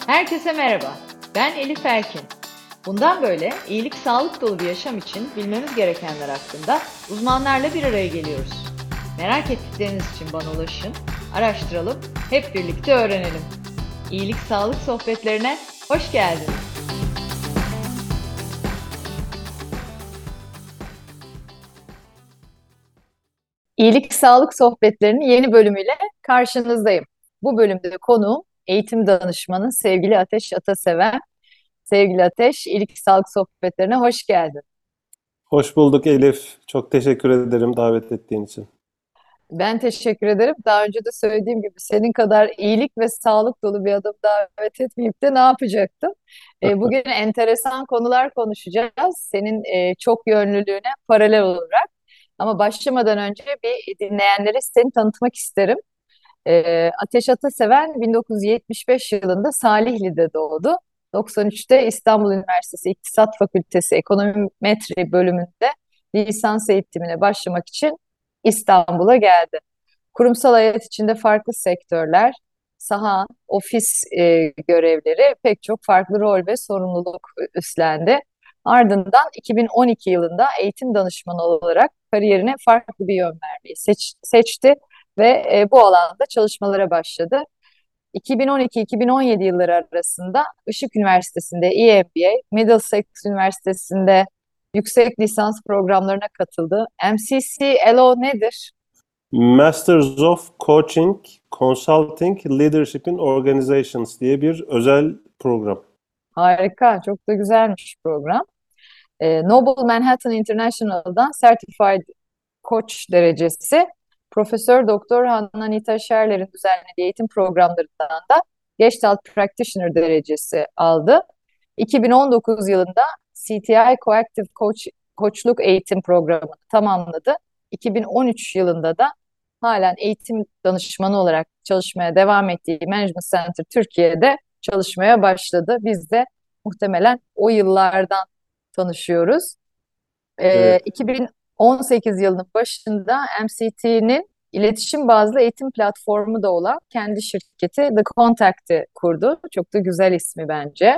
Herkese merhaba. Ben Elif Erkin. Bundan böyle iyilik, sağlık dolu bir yaşam için bilmemiz gerekenler hakkında uzmanlarla bir araya geliyoruz. Merak ettikleriniz için bana ulaşın, araştıralım, hep birlikte öğrenelim. İyilik, sağlık sohbetlerine hoş geldiniz. İyilik Sağlık Sohbetleri'nin yeni bölümüyle karşınızdayım. Bu bölümde konuğum eğitim danışmanı sevgili Ateş Ataseven. Sevgili Ateş, İyilik Sağlık Sohbetlerine hoş geldin. Hoş bulduk Elif. Çok teşekkür ederim davet ettiğin için. Ben teşekkür ederim. Daha önce de söylediğim gibi senin kadar iyilik ve sağlık dolu bir adam davet etmeyip de ne yapacaktım? Bugün enteresan konular konuşacağız. Senin çok yönlülüğüne paralel olarak. Ama başlamadan önce bir dinleyenlere seni tanıtmak isterim. Ateş Ataseven 1975 yılında Salihli'de doğdu. 93'te İstanbul Üniversitesi İktisat Fakültesi Ekonometri bölümünde lisans eğitimine başlamak için İstanbul'a geldi. Kurumsal hayat içinde farklı sektörler, saha, ofis görevleri pek çok farklı rol ve sorumluluk üstlendi. Ardından 2012 yılında eğitim danışmanı olarak kariyerine farklı bir yön vermeyi seçti ve bu alanda çalışmalara başladı. 2012-2017 yılları arasında Işık Üniversitesi'nde EMBA, Middlesex Üniversitesi'nde yüksek lisans programlarına katıldı. MCCLO nedir? Masters of Coaching, Consulting, Leadership in Organizations diye bir özel program. Harika, çok da güzelmiş program. Noble Manhattan International'dan Certified Coach derecesi, Profesör Doktor Hanna-Nita Scherler'in düzenlediği eğitim programlarından da Gestalt Practitioner derecesi aldı. 2019 yılında CTI Coactive Koçluk Eğitim Programı'nı tamamladı. 2013 yılında da halen eğitim danışmanı olarak çalışmaya devam ettiği Management Center Türkiye'de çalışmaya başladı. Biz de muhtemelen o yıllardan tanışıyoruz. Evet. 2018 yılının başında MCT'nin iletişim bazlı eğitim platformu da olan kendi şirketi The Contact'i kurdu. Çok da güzel ismi bence.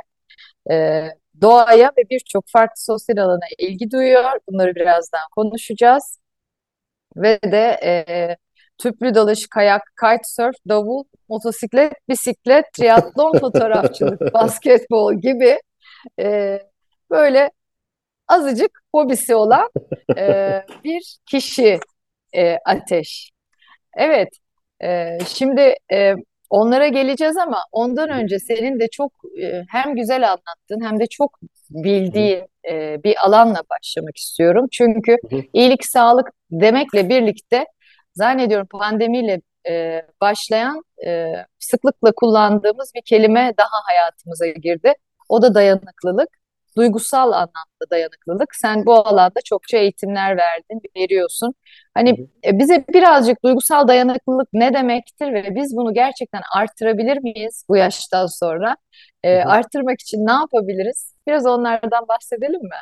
Doğaya ve birçok farklı sosyal alana ilgi duyuyor. Bunları birazdan konuşacağız. Ve de tüplü dalış, kayak, kitesurf, davul, motosiklet, bisiklet, triatlon, fotoğrafçılık, basketbol gibi e, böyle azıcık hobisi olan bir kişi Ateş. Evet, şimdi onlara geleceğiz ama ondan önce senin de çok hem güzel anlattın hem de çok Hı hı, bildiğin bir alanla başlamak istiyorum. Çünkü hı hı, iyilik, sağlık demekle birlikte zannediyorum pandemiyle başlayan sıklıkla kullandığımız bir kelime daha hayatımıza girdi. O da dayanıklılık. Duygusal anlamda dayanıklılık. Sen bu alanda çokça eğitimler verdin, veriyorsun. hı Hani hı, bize birazcık duygusal dayanıklılık ne demektir ve biz bunu gerçekten artırabilir miyiz bu yaştan sonra? hı hı. Artırmak için ne yapabiliriz? Biraz onlardan bahsedelim mi?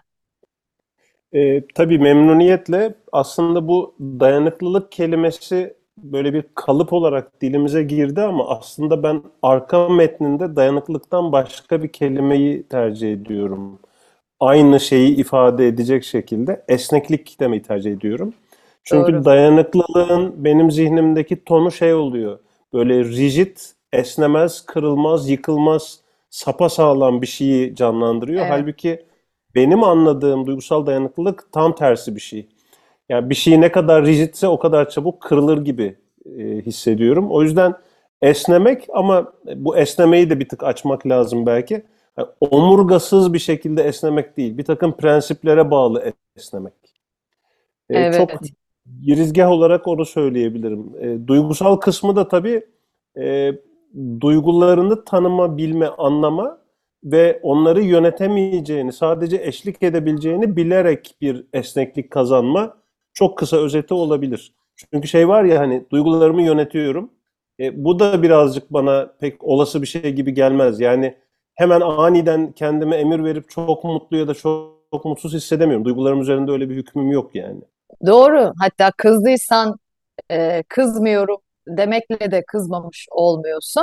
Tabii memnuniyetle aslında bu dayanıklılık kelimesi böyle bir kalıp olarak dilimize girdi ama aslında ben arka metninde dayanıklılıktan başka bir kelimeyi tercih ediyorum. Aynı şeyi ifade edecek şekilde esneklik demeyi tercih ediyorum. Doğru. Çünkü dayanıklılığın benim zihnimdeki tonu şey oluyor. Böyle rigid, esnemez, kırılmaz, yıkılmaz, sapasağlam bir şeyi canlandırıyor. Evet. Halbuki benim anladığım duygusal dayanıklılık tam tersi bir şey. Yani bir şey ne kadar rigidse o kadar çabuk kırılır gibi hissediyorum. O yüzden esnemek ama bu esnemeyi de bir tık açmak lazım belki. Yani omurgasız bir şekilde esnemek değil. Bir takım prensiplere bağlı esnemek. Çok Evet. girizgah olarak onu söyleyebilirim. Duygusal kısmı da tabii e, duygularını tanıma, bilme, anlama ve onları yönetemeyeceğini, sadece eşlik edebileceğini bilerek bir esneklik kazanma çok kısa özeti olabilir. Çünkü şey var ya hani duygularımı yönetiyorum. Bu da birazcık bana pek olası bir şey gibi gelmez. Yani hemen aniden kendime emir verip çok mutlu ya da çok mutsuz hissedemiyorum. Duygularım üzerinde öyle bir hükmüm yok yani. Doğru. Hatta kızdıysan kızmıyorum demekle de kızmamış olmuyorsun.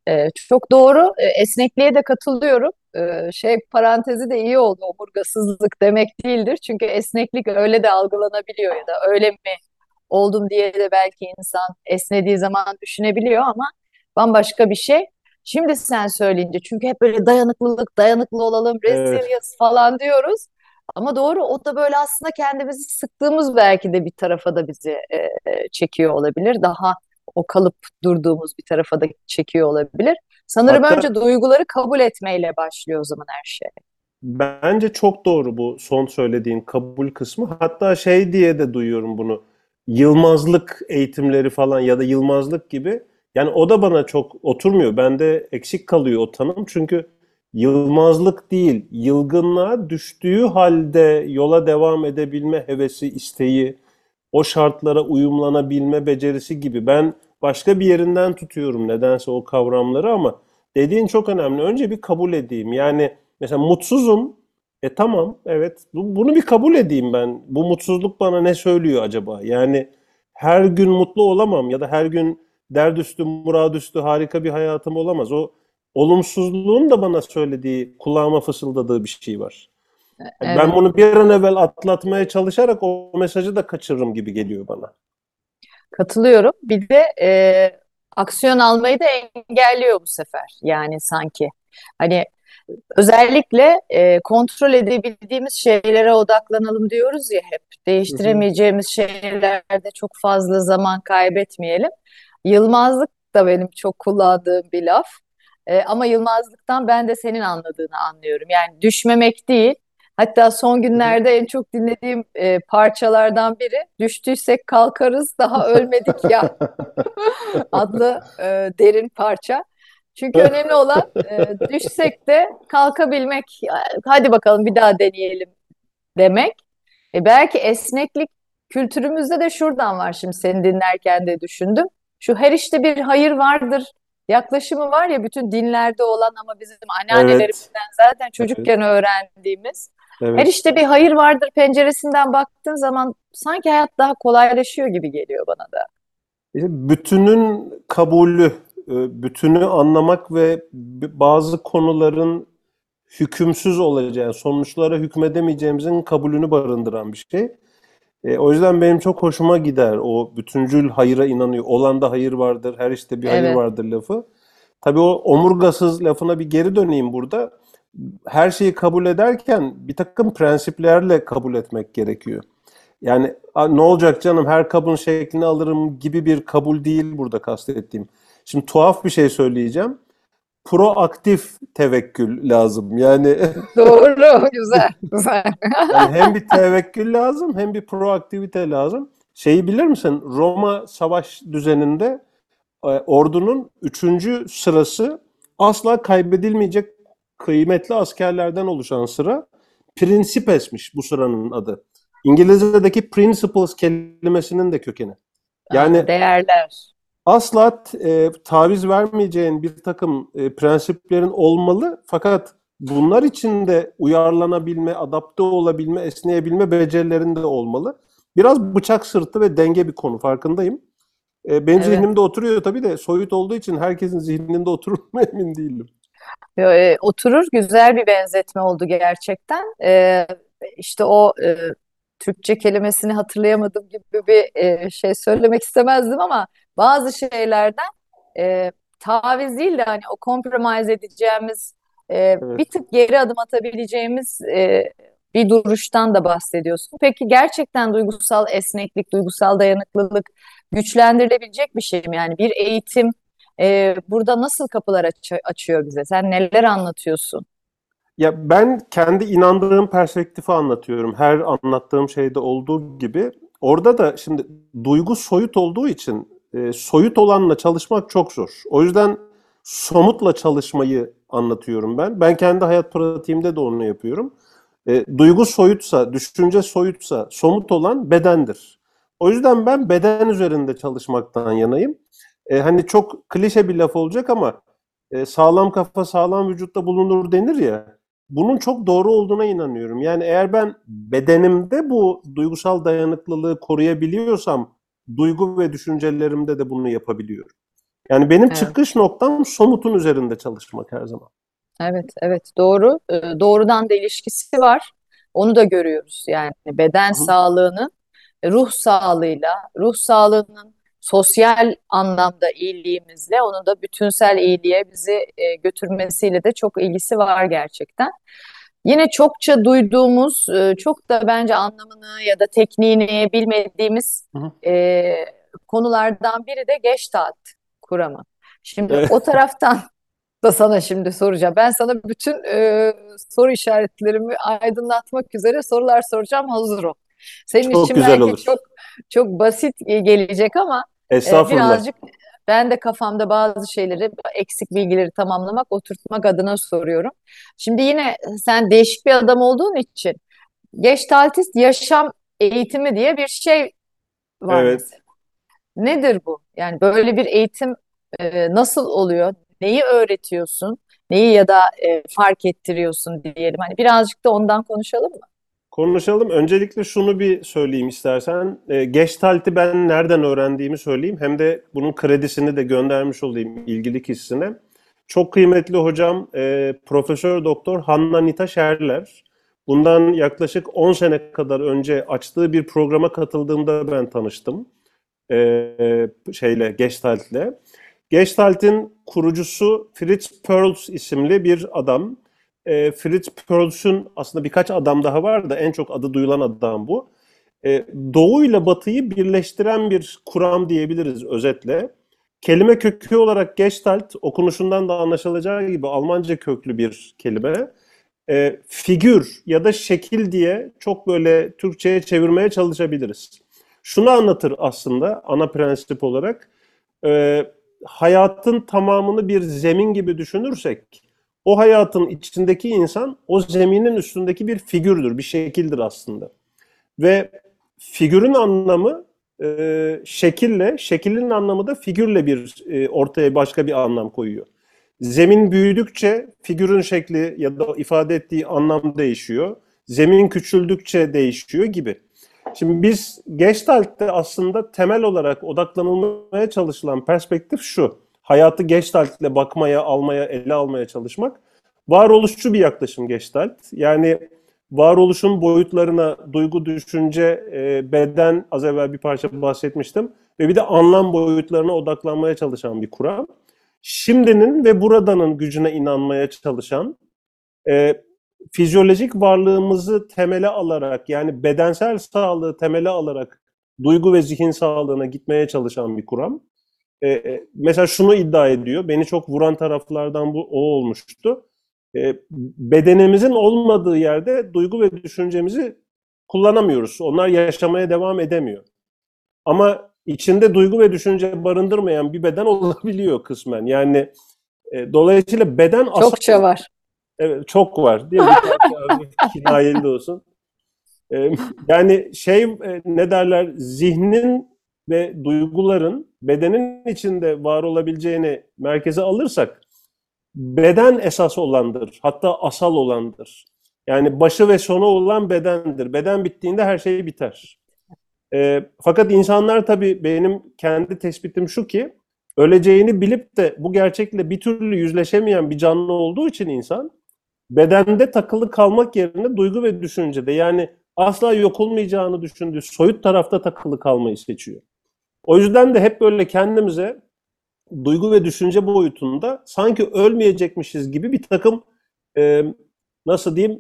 Çok doğru. Esnekliğe de katılıyorum. Şey parantezi de iyi oldu. Omurgasızlık demek değildir. Çünkü esneklik öyle de algılanabiliyor ya da öyle mi oldum diye de belki insan esnediği zaman düşünebiliyor ama bambaşka bir şey. Şimdi sen söyleyince çünkü hep böyle dayanıklılık, dayanıklı olalım, Evet. resilience falan diyoruz. Ama doğru o da böyle aslında kendimizi sıktığımız belki de bir tarafa da bizi çekiyor olabilir. Daha o kalıp durduğumuz bir tarafa da çekiyor olabilir. Sanırım önce Hatta duyguları kabul etmeyle başlıyor o zaman her şey. bence çok doğru bu son söylediğin kabul kısmı. Hatta şey diye de duyuyorum bunu. Yılmazlık eğitimleri falan ya da yılmazlık gibi. Yani o da bana çok oturmuyor. Bende eksik kalıyor o tanım. Çünkü yılmazlık değil, yılgınlığa düştüğü halde yola devam edebilme hevesi, isteği, o şartlara uyumlanabilme becerisi gibi. Ben başka bir yerinden tutuyorum nedense o kavramları ama dediğin çok önemli. Önce bir kabul edeyim. Yani mesela mutsuzum. Tamam, evet. Bunu bir kabul edeyim ben. Bu mutsuzluk bana ne söylüyor acaba? Yani her gün mutlu olamam ya da her gün derdüstü, muradüstü harika bir hayatım olamaz. O olumsuzluğun da bana söylediği, kulağıma fısıldadığı bir şey var. Yani ben Evet, bunu bir an evvel atlatmaya çalışarak o mesajı da kaçırırım gibi geliyor bana. katılıyorum. Bir de aksiyon almayı da engelliyor bu sefer. Yani sanki. Hani özellikle kontrol edebildiğimiz şeylere odaklanalım diyoruz ya hep. Hı hı. Değiştiremeyeceğimiz şeylerde çok fazla zaman kaybetmeyelim. Yılmazlık da benim çok kullandığım bir laf. Ama yılmazlıktan ben de senin anladığını anlıyorum. Yani düşmemek değil. Hatta son Hı hı. günlerde en çok dinlediğim parçalardan biri "Düştüysek kalkarız daha ölmedik ya" adlı derin parça. Çünkü önemli olan düşsek de kalkabilmek. Hadi bakalım bir daha deneyelim demek. Belki esneklik kültürümüzde de şuradan var şimdi seni dinlerken de düşündüm. Şu her işte bir hayır vardır yaklaşımı var ya bütün dinlerde olan ama bizim Evet, anneannelerimizden zaten evet, çocukken öğrendiğimiz. Her evet. işte bir hayır vardır penceresinden baktığın zaman sanki hayat daha kolaylaşıyor gibi geliyor bana da. Bütünün kabulü, bütünü anlamak ve bazı konuların hükümsüz olacağı, sonuçlara hükmedemeyeceğimizin kabulünü barındıran bir şey. O yüzden benim çok hoşuma gider o bütüncül hayıra inanıyor. Olanda hayır vardır, her işte bir hayır Evet, vardır lafı. Tabii o omurgasız lafına bir geri döneyim burada. Her şeyi kabul ederken bir takım prensiplerle kabul etmek gerekiyor. Yani ne olacak canım her kabın şeklini alırım gibi bir kabul değil burada kastettiğim. Şimdi tuhaf bir şey söyleyeceğim. Proaktif tevekkül lazım. Yani doğru, güzel, güzel. yani hem bir tevekkül lazım hem bir proaktivite lazım. Şeyi bilir misin? Roma savaş düzeninde ordunun üçüncü sırası asla kaybedilmeyecek kıymetli askerlerden oluşan sıra Principes'miş bu sıranın adı. İngilizce'deki principles kelimesinin de kökeni. Yani Değerler. asla taviz vermeyeceğin bir takım prensiplerin olmalı fakat bunlar için de uyarlanabilme, adapte olabilme, esneyebilme becerilerin de olmalı. Biraz bıçak sırtı ve denge bir konu farkındayım. Benim Evet. zihnimde oturuyor tabii de soyut olduğu için herkesin zihninde oturur mu emin değilim. Oturur güzel bir benzetme oldu gerçekten. İşte o Türkçe kelimesini hatırlayamadığım gibi bir şey söylemek istemezdim ama bazı şeylerden taviz değil de hani o compromise edeceğimiz bir Evet. tık geri adım atabileceğimiz bir duruştan da bahsediyorsun. Peki gerçekten duygusal esneklik, duygusal dayanıklılık güçlendirilebilecek bir şey mi? Yani bir eğitim burada nasıl kapılar açıyor bize? Sen neler anlatıyorsun? Ya ben kendi inandığım perspektifi anlatıyorum. Her anlattığım şeyde olduğu gibi. Orada da şimdi duygu soyut olduğu için soyut olanla çalışmak çok zor. O yüzden somutla çalışmayı anlatıyorum ben. Ben kendi hayat pratiğimde de onu yapıyorum. Duygu soyutsa, düşünce soyutsa, somut olan bedendir. O yüzden ben beden üzerinde çalışmaktan yanayım. Hani çok klişe bir laf olacak ama sağlam kafa sağlam vücutta bulunur denir ya. Bunun çok doğru olduğuna inanıyorum. Yani eğer ben bedenimde bu duygusal dayanıklılığı koruyabiliyorsam duygu ve düşüncelerimde de bunu yapabiliyorum. Yani benim Evet. çıkış noktam somutun üzerinde çalışmak her zaman. Evet, evet, doğru. Doğrudan da ilişkisi var. Onu da görüyoruz. Yani beden Hı hı. sağlığının ruh sağlığıyla, ruh sağlığının sosyal anlamda iyiliğimizle, onun da bütünsel iyiliğe bizi götürmesiyle de çok ilgisi var gerçekten. Yine çokça duyduğumuz, çok da bence anlamını ya da tekniğini bilmediğimiz Hı hı. e, konulardan biri de Gestalt kuramı. Şimdi Evet, o taraftan da sana şimdi soracağım. Ben sana bütün soru işaretlerimi aydınlatmak üzere sorular soracağım. Hazır ol. Senin çok için güzel belki olur. çok çok basit gelecek ama Estağfurullah. birazcık ben de kafamda bazı şeyleri, eksik bilgileri tamamlamak, oturtmak adına soruyorum. Şimdi yine sen değişik bir adam olduğun için Gestaltist yaşam eğitimi diye bir şey var Evet. mesela. Nedir bu? Yani böyle bir eğitim nasıl oluyor? Neyi öğretiyorsun? Neyi ya da fark ettiriyorsun diyelim. Hani birazcık da ondan konuşalım mı? Konuşalım. Öncelikle şunu bir söyleyeyim istersen. Gestalt'i ben nereden öğrendiğimi söyleyeyim. Hem de bunun kredisini de göndermiş olayım ilgili kişisine. Çok kıymetli hocam Profesör Doktor Hanna Nita Scherler. Bundan yaklaşık 10 sene kadar önce açtığı bir programa katıldığımda ben tanıştım. Gestalt'le. Gestalt'in kurucusu Fritz Perls isimli bir adam. Fritz Perls'ün aslında birkaç adam daha var da en çok adı duyulan adam bu. Doğu ile Batı'yı birleştiren bir kuram diyebiliriz özetle. Kelime kökü olarak Gestalt, okunuşundan da anlaşılacağı gibi Almanca köklü bir kelime. Figür ya da şekil diye çok böyle Türkçe'ye çevirmeye çalışabiliriz. Şunu anlatır aslında ana prensip olarak. Hayatın tamamını bir zemin gibi düşünürsek, o hayatın içindeki insan o zeminin üstündeki bir figürdür, bir şekildir aslında. Ve figürün anlamı şekille, şekilin anlamı da figürle ortaya başka bir anlam koyuyor. Zemin büyüdükçe figürün şekli ya da ifade ettiği anlam değişiyor. Zemin küçüldükçe değişiyor gibi. Şimdi biz Gestalt'te aslında temel olarak odaklanılmaya çalışılan perspektif şu. Hayatı Gestalt ile bakmaya, almaya, ele almaya çalışmak. Varoluşçu bir yaklaşım Gestalt. Yani varoluşun boyutlarına duygu, düşünce, beden, az evvel bir parça bahsetmiştim. Ve bir de anlam boyutlarına odaklanmaya çalışan bir kuram. Şimdinin ve buradanın gücüne inanmaya çalışan, e, fizyolojik varlığımızı temele alarak, yani bedensel sağlığı temele alarak duygu ve zihin sağlığına gitmeye çalışan bir kuram. Mesela şunu iddia ediyor, beni çok vuran taraflardan o olmuştu. Bedenimizin olmadığı yerde duygu ve düşüncemizi kullanamıyoruz. Onlar yaşamaya devam edemiyor. Ama içinde duygu ve düşünce barındırmayan bir beden olabiliyor kısmen. Yani dolayısıyla beden asal, Çokça var. evet, çok var diye bir parça abi kinayeli de olsun. E, Yani ne derler, zihnin ve duyguların bedenin içinde var olabileceğini merkeze alırsak beden esas olandır. Hatta asal olandır. Yani başı ve sonu olan bedendir. Beden bittiğinde her şey biter. Fakat insanlar, tabii benim kendi tespitim şu ki, öleceğini bilip de bu gerçekle bir türlü yüzleşemeyen bir canlı olduğu için insan bedende takılı kalmak yerine duygu ve düşüncede, yani asla yok olmayacağını düşündüğü soyut tarafta takılı kalmayı seçiyor. O yüzden de hep böyle kendimize duygu ve düşünce boyutunda sanki ölmeyecekmişiz gibi bir takım e, nasıl diyeyim,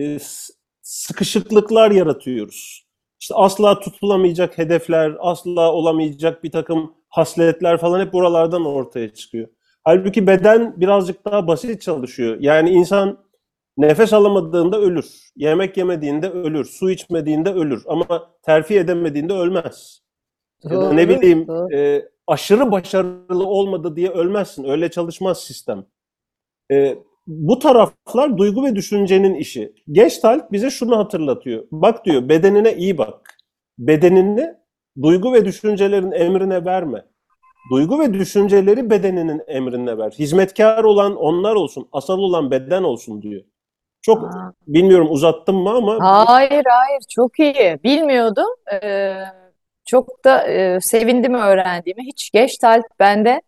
sıkışıklıklar yaratıyoruz. İşte asla tutulamayacak hedefler, asla olamayacak bir takım hasletler falan hep buralardan ortaya çıkıyor. Halbuki beden birazcık daha basit çalışıyor. Yani insan nefes alamadığında ölür, yemek yemediğinde ölür, su içmediğinde ölür ama terfi edemediğinde ölmez. Ya da ne Doğru, bileyim, doğru. aşırı başarılı olmadı diye ölmezsin. Öyle çalışmaz sistem. Bu taraflar duygu ve düşüncenin işi. Gestalt bize şunu hatırlatıyor. Bak diyor, bedenine iyi bak. Bedenini duygu ve düşüncelerin emrine verme. Duygu ve düşünceleri bedeninin emrine ver. Hizmetkar olan onlar olsun, asal olan beden olsun diyor. Çok Aa, bilmiyorum uzattım mı ama hayır, hayır, çok iyi. Bilmiyordum. Çok da sevindim öğrendiğime. Hiç Gestalt bende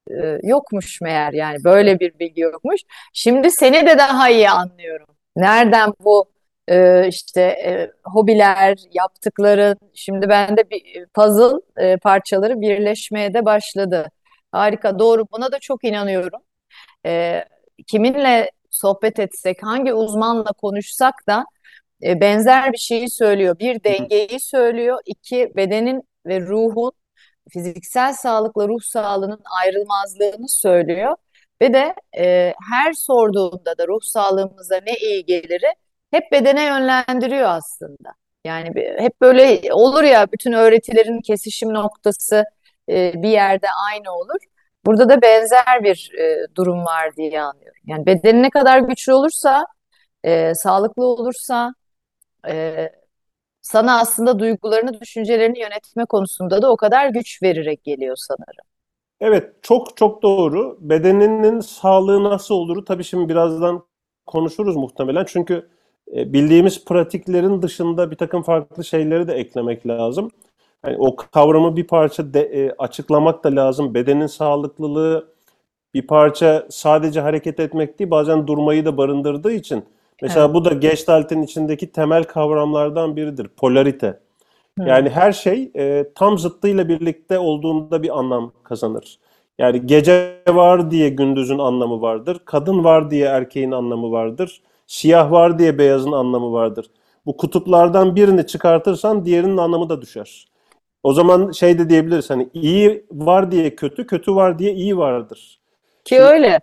yokmuş meğer, yani böyle bir bilgi yokmuş. Şimdi seni de daha iyi anlıyorum. Nereden bu işte hobiler, yaptıkların, şimdi bende bir puzzle parçaları birleşmeye de başladı. Harika, doğru, buna da çok inanıyorum. E, Kiminle sohbet etsek, hangi uzmanla konuşsak da benzer bir şeyi söylüyor. Bir, dengeyi söylüyor. İki, bedenin ve ruhun, fiziksel sağlıkla ruh sağlığının ayrılmazlığını söylüyor. Ve de her sorduğunda da ruh sağlığımıza ne iyi geliri hep bedene yönlendiriyor aslında. Yani hep böyle olur ya, bütün öğretilerin kesişim noktası bir yerde aynı olur. Burada da benzer bir durum var diye anlıyorum. Yani bedenin ne kadar güçlü olursa, sağlıklı olursa, e, sana aslında duygularını, düşüncelerini yönetme konusunda da o kadar güç vererek geliyor sanırım. Evet, çok çok doğru. Bedeninin sağlığı nasıl olur? Tabii şimdi birazdan konuşuruz muhtemelen. Çünkü bildiğimiz pratiklerin dışında bir takım farklı şeyleri de eklemek lazım. Yani o kavramı bir parça açıklamak da lazım. Bedenin sağlıklılığı bir parça sadece hareket etmek değil, bazen durmayı da barındırdığı için. Evet. Mesela bu da Gestalt'in içindeki temel kavramlardan biridir. Polarite. Yani Hmm. her şey tam zıttıyla birlikte olduğunda bir anlam kazanır. Yani gece var diye gündüzün anlamı vardır. Kadın var diye erkeğin anlamı vardır. Siyah var diye beyazın anlamı vardır. Bu kutuplardan birini çıkartırsan diğerinin anlamı da düşer. O zaman şey de diyebiliriz, hani iyi var diye kötü, kötü var diye iyi vardır. Ki Şimdi öyle.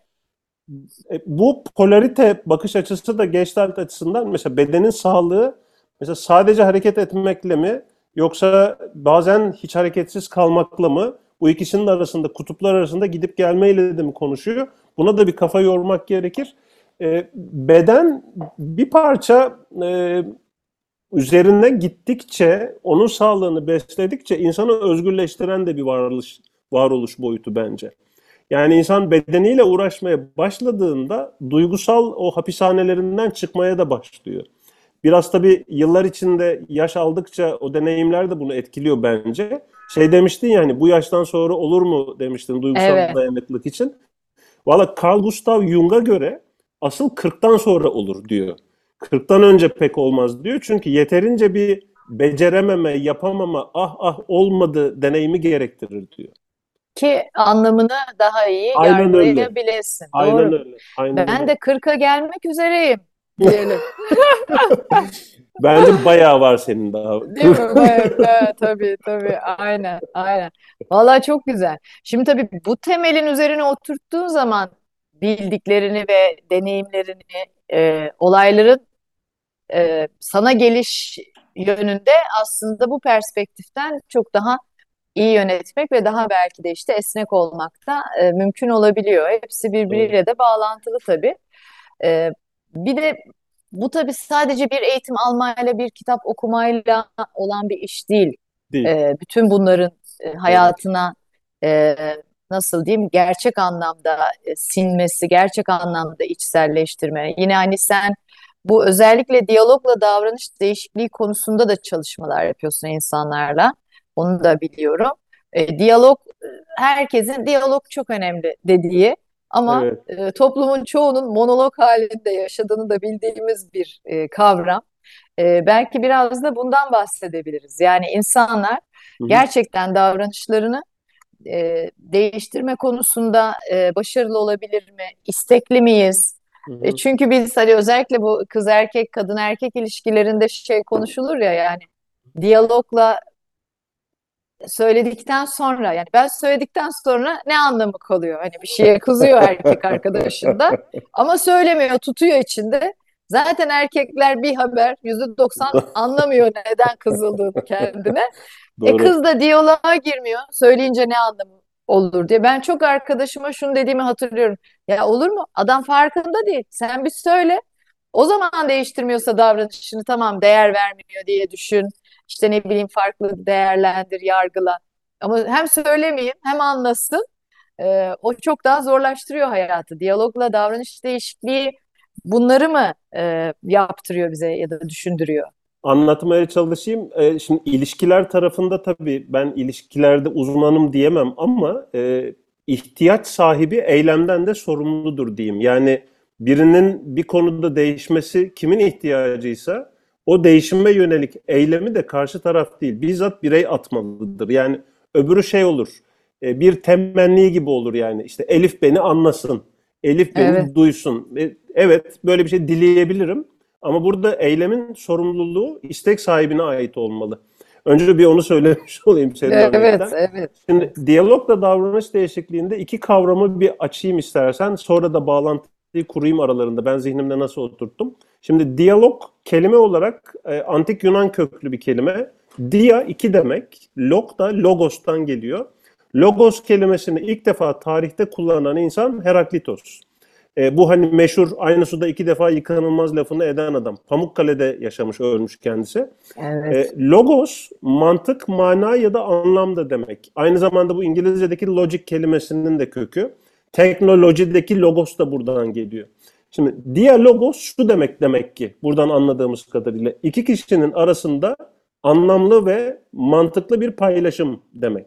bu polarite bakış açısı da Gestalt açısından mesela bedenin sağlığı mesela sadece hareket etmekle mi yoksa bazen hiç hareketsiz kalmakla mı, bu ikisinin arasında, kutuplar arasında gidip gelmeyle de mi konuşuyor? Buna da bir kafa yormak gerekir. Beden bir parça üzerine gittikçe, onun sağlığını besledikçe insanı özgürleştiren de bir varoluş boyutu bence. Yani insan bedeniyle uğraşmaya başladığında duygusal o hapishanelerinden çıkmaya da başlıyor. Biraz tabii yıllar içinde yaş aldıkça o deneyimler de bunu etkiliyor bence. Şey demiştin, yani bu yaştan sonra olur mu demiştin duygusal Evet. dayanıklılık için. Valla Carl Gustav Jung'a göre asıl 40'tan sonra olur diyor. 40'tan önce pek olmaz diyor. Çünkü yeterince bir becerememe, yapamama, ah ah olmadı deneyimi gerektirir diyor. Ki anlamını daha iyi Aynen öyle. yargılayabilesin. Aynen Doğru. öyle. Aynen Ben öyle. de 40'a gelmek üzereyim diyelim. Bence bayağı var senin daha. Değil mi? Evet, tabii tabii, aynen aynen. Vallahi çok güzel. Şimdi tabii bu temelin üzerine oturttuğun zaman bildiklerini ve deneyimlerini, olayların sana geliş yönünde aslında bu perspektiften çok daha iyi yönetmek ve daha belki de işte esnek olmak da mümkün olabiliyor. Hepsi Doğru. birbiriyle de bağlantılı tabii. E, Bir de bu tabii sadece bir eğitim almayla, bir kitap okumayla olan bir iş değil. Değil. Bütün bunların Doğru. hayatına e, nasıl diyeyim, gerçek anlamda sinmesi, gerçek anlamda içselleştirme. Yine hani sen bu özellikle diyalogla davranış değişikliği konusunda da çalışmalar yapıyorsun insanlarla. Onu da biliyorum. Diyalog, herkesin diyalog çok önemli dediği ama Evet. toplumun çoğunun monolog halinde yaşadığını da bildiğimiz bir kavram. Belki biraz da bundan bahsedebiliriz. Yani insanlar Hı hı. gerçekten davranışlarını değiştirme konusunda başarılı olabilir mi? İstekli miyiz? Hı hı. Çünkü biz hani özellikle bu kız erkek, kadın erkek ilişkilerinde şey konuşulur ya, yani diyalogla söyledikten sonra, yani ben söyledikten sonra ne anlamı kalıyor? Hani bir şeye kızıyor erkek arkadaşın da ama söylemiyor, tutuyor içinde. Zaten erkekler bir haber %90 anlamıyor neden kızıldığını kendine. Doğru. Kız da diyaloğa girmiyor. Söyleyince ne anlamı olur diye. Ben çok arkadaşıma şunu dediğimi hatırlıyorum. Ya olur mu? Adam farkında değil. Sen bir söyle. O zaman değiştirmiyorsa davranışını, tamam, değer vermiyor diye düşün. İşte ne bileyim, farklı değerlendir, yargıla. Ama hem söylemeyeyim hem anlasın. O çok daha zorlaştırıyor hayatı. Diyalogla davranış değişikliği bunları mı yaptırıyor bize ya da düşündürüyor? Anlatmaya çalışayım. Şimdi ilişkiler tarafında tabii ben ilişkilerde uzmanım diyemem ama ihtiyaç sahibi eylemden de sorumludur diyeyim. Yani birinin bir konuda değişmesi kimin ihtiyacıysa o değişime yönelik eylemi de karşı taraf değil, bizzat birey atmalıdır. Yani öbürü şey olur, bir temenni gibi olur yani. İşte Elif beni anlasın, Elif Evet. beni duysun. Evet, böyle bir şey dileyebilirim ama burada eylemin sorumluluğu istek sahibine ait olmalı. Önce bir onu söylemiş olayım senin Evet, örnekten. evet, Şimdi evet. diyalogla davranış değişikliğinde iki kavramı bir açayım istersen. Sonra da bağlantıyı kurayım aralarında. Ben zihnimde nasıl oturttum. Şimdi diyalog kelime olarak antik Yunan köklü bir kelime. Dia iki demek. Log da logos'tan geliyor. Logos kelimesini ilk defa tarihte kullanan insan Heraklitos. Bu hani meşhur aynı suda iki defa yıkanılmaz lafını eden adam. Pamukkale'de yaşamış, ölmüş kendisi. Evet. Logos mantık, mana ya da anlam da demek. Aynı zamanda bu İngilizce'deki logic kelimesinin de kökü. Teknolojideki logos da buradan geliyor. Şimdi diyalogos şu demek ki buradan anladığımız kadarıyla iki kişinin arasında anlamlı ve mantıklı bir paylaşım demek.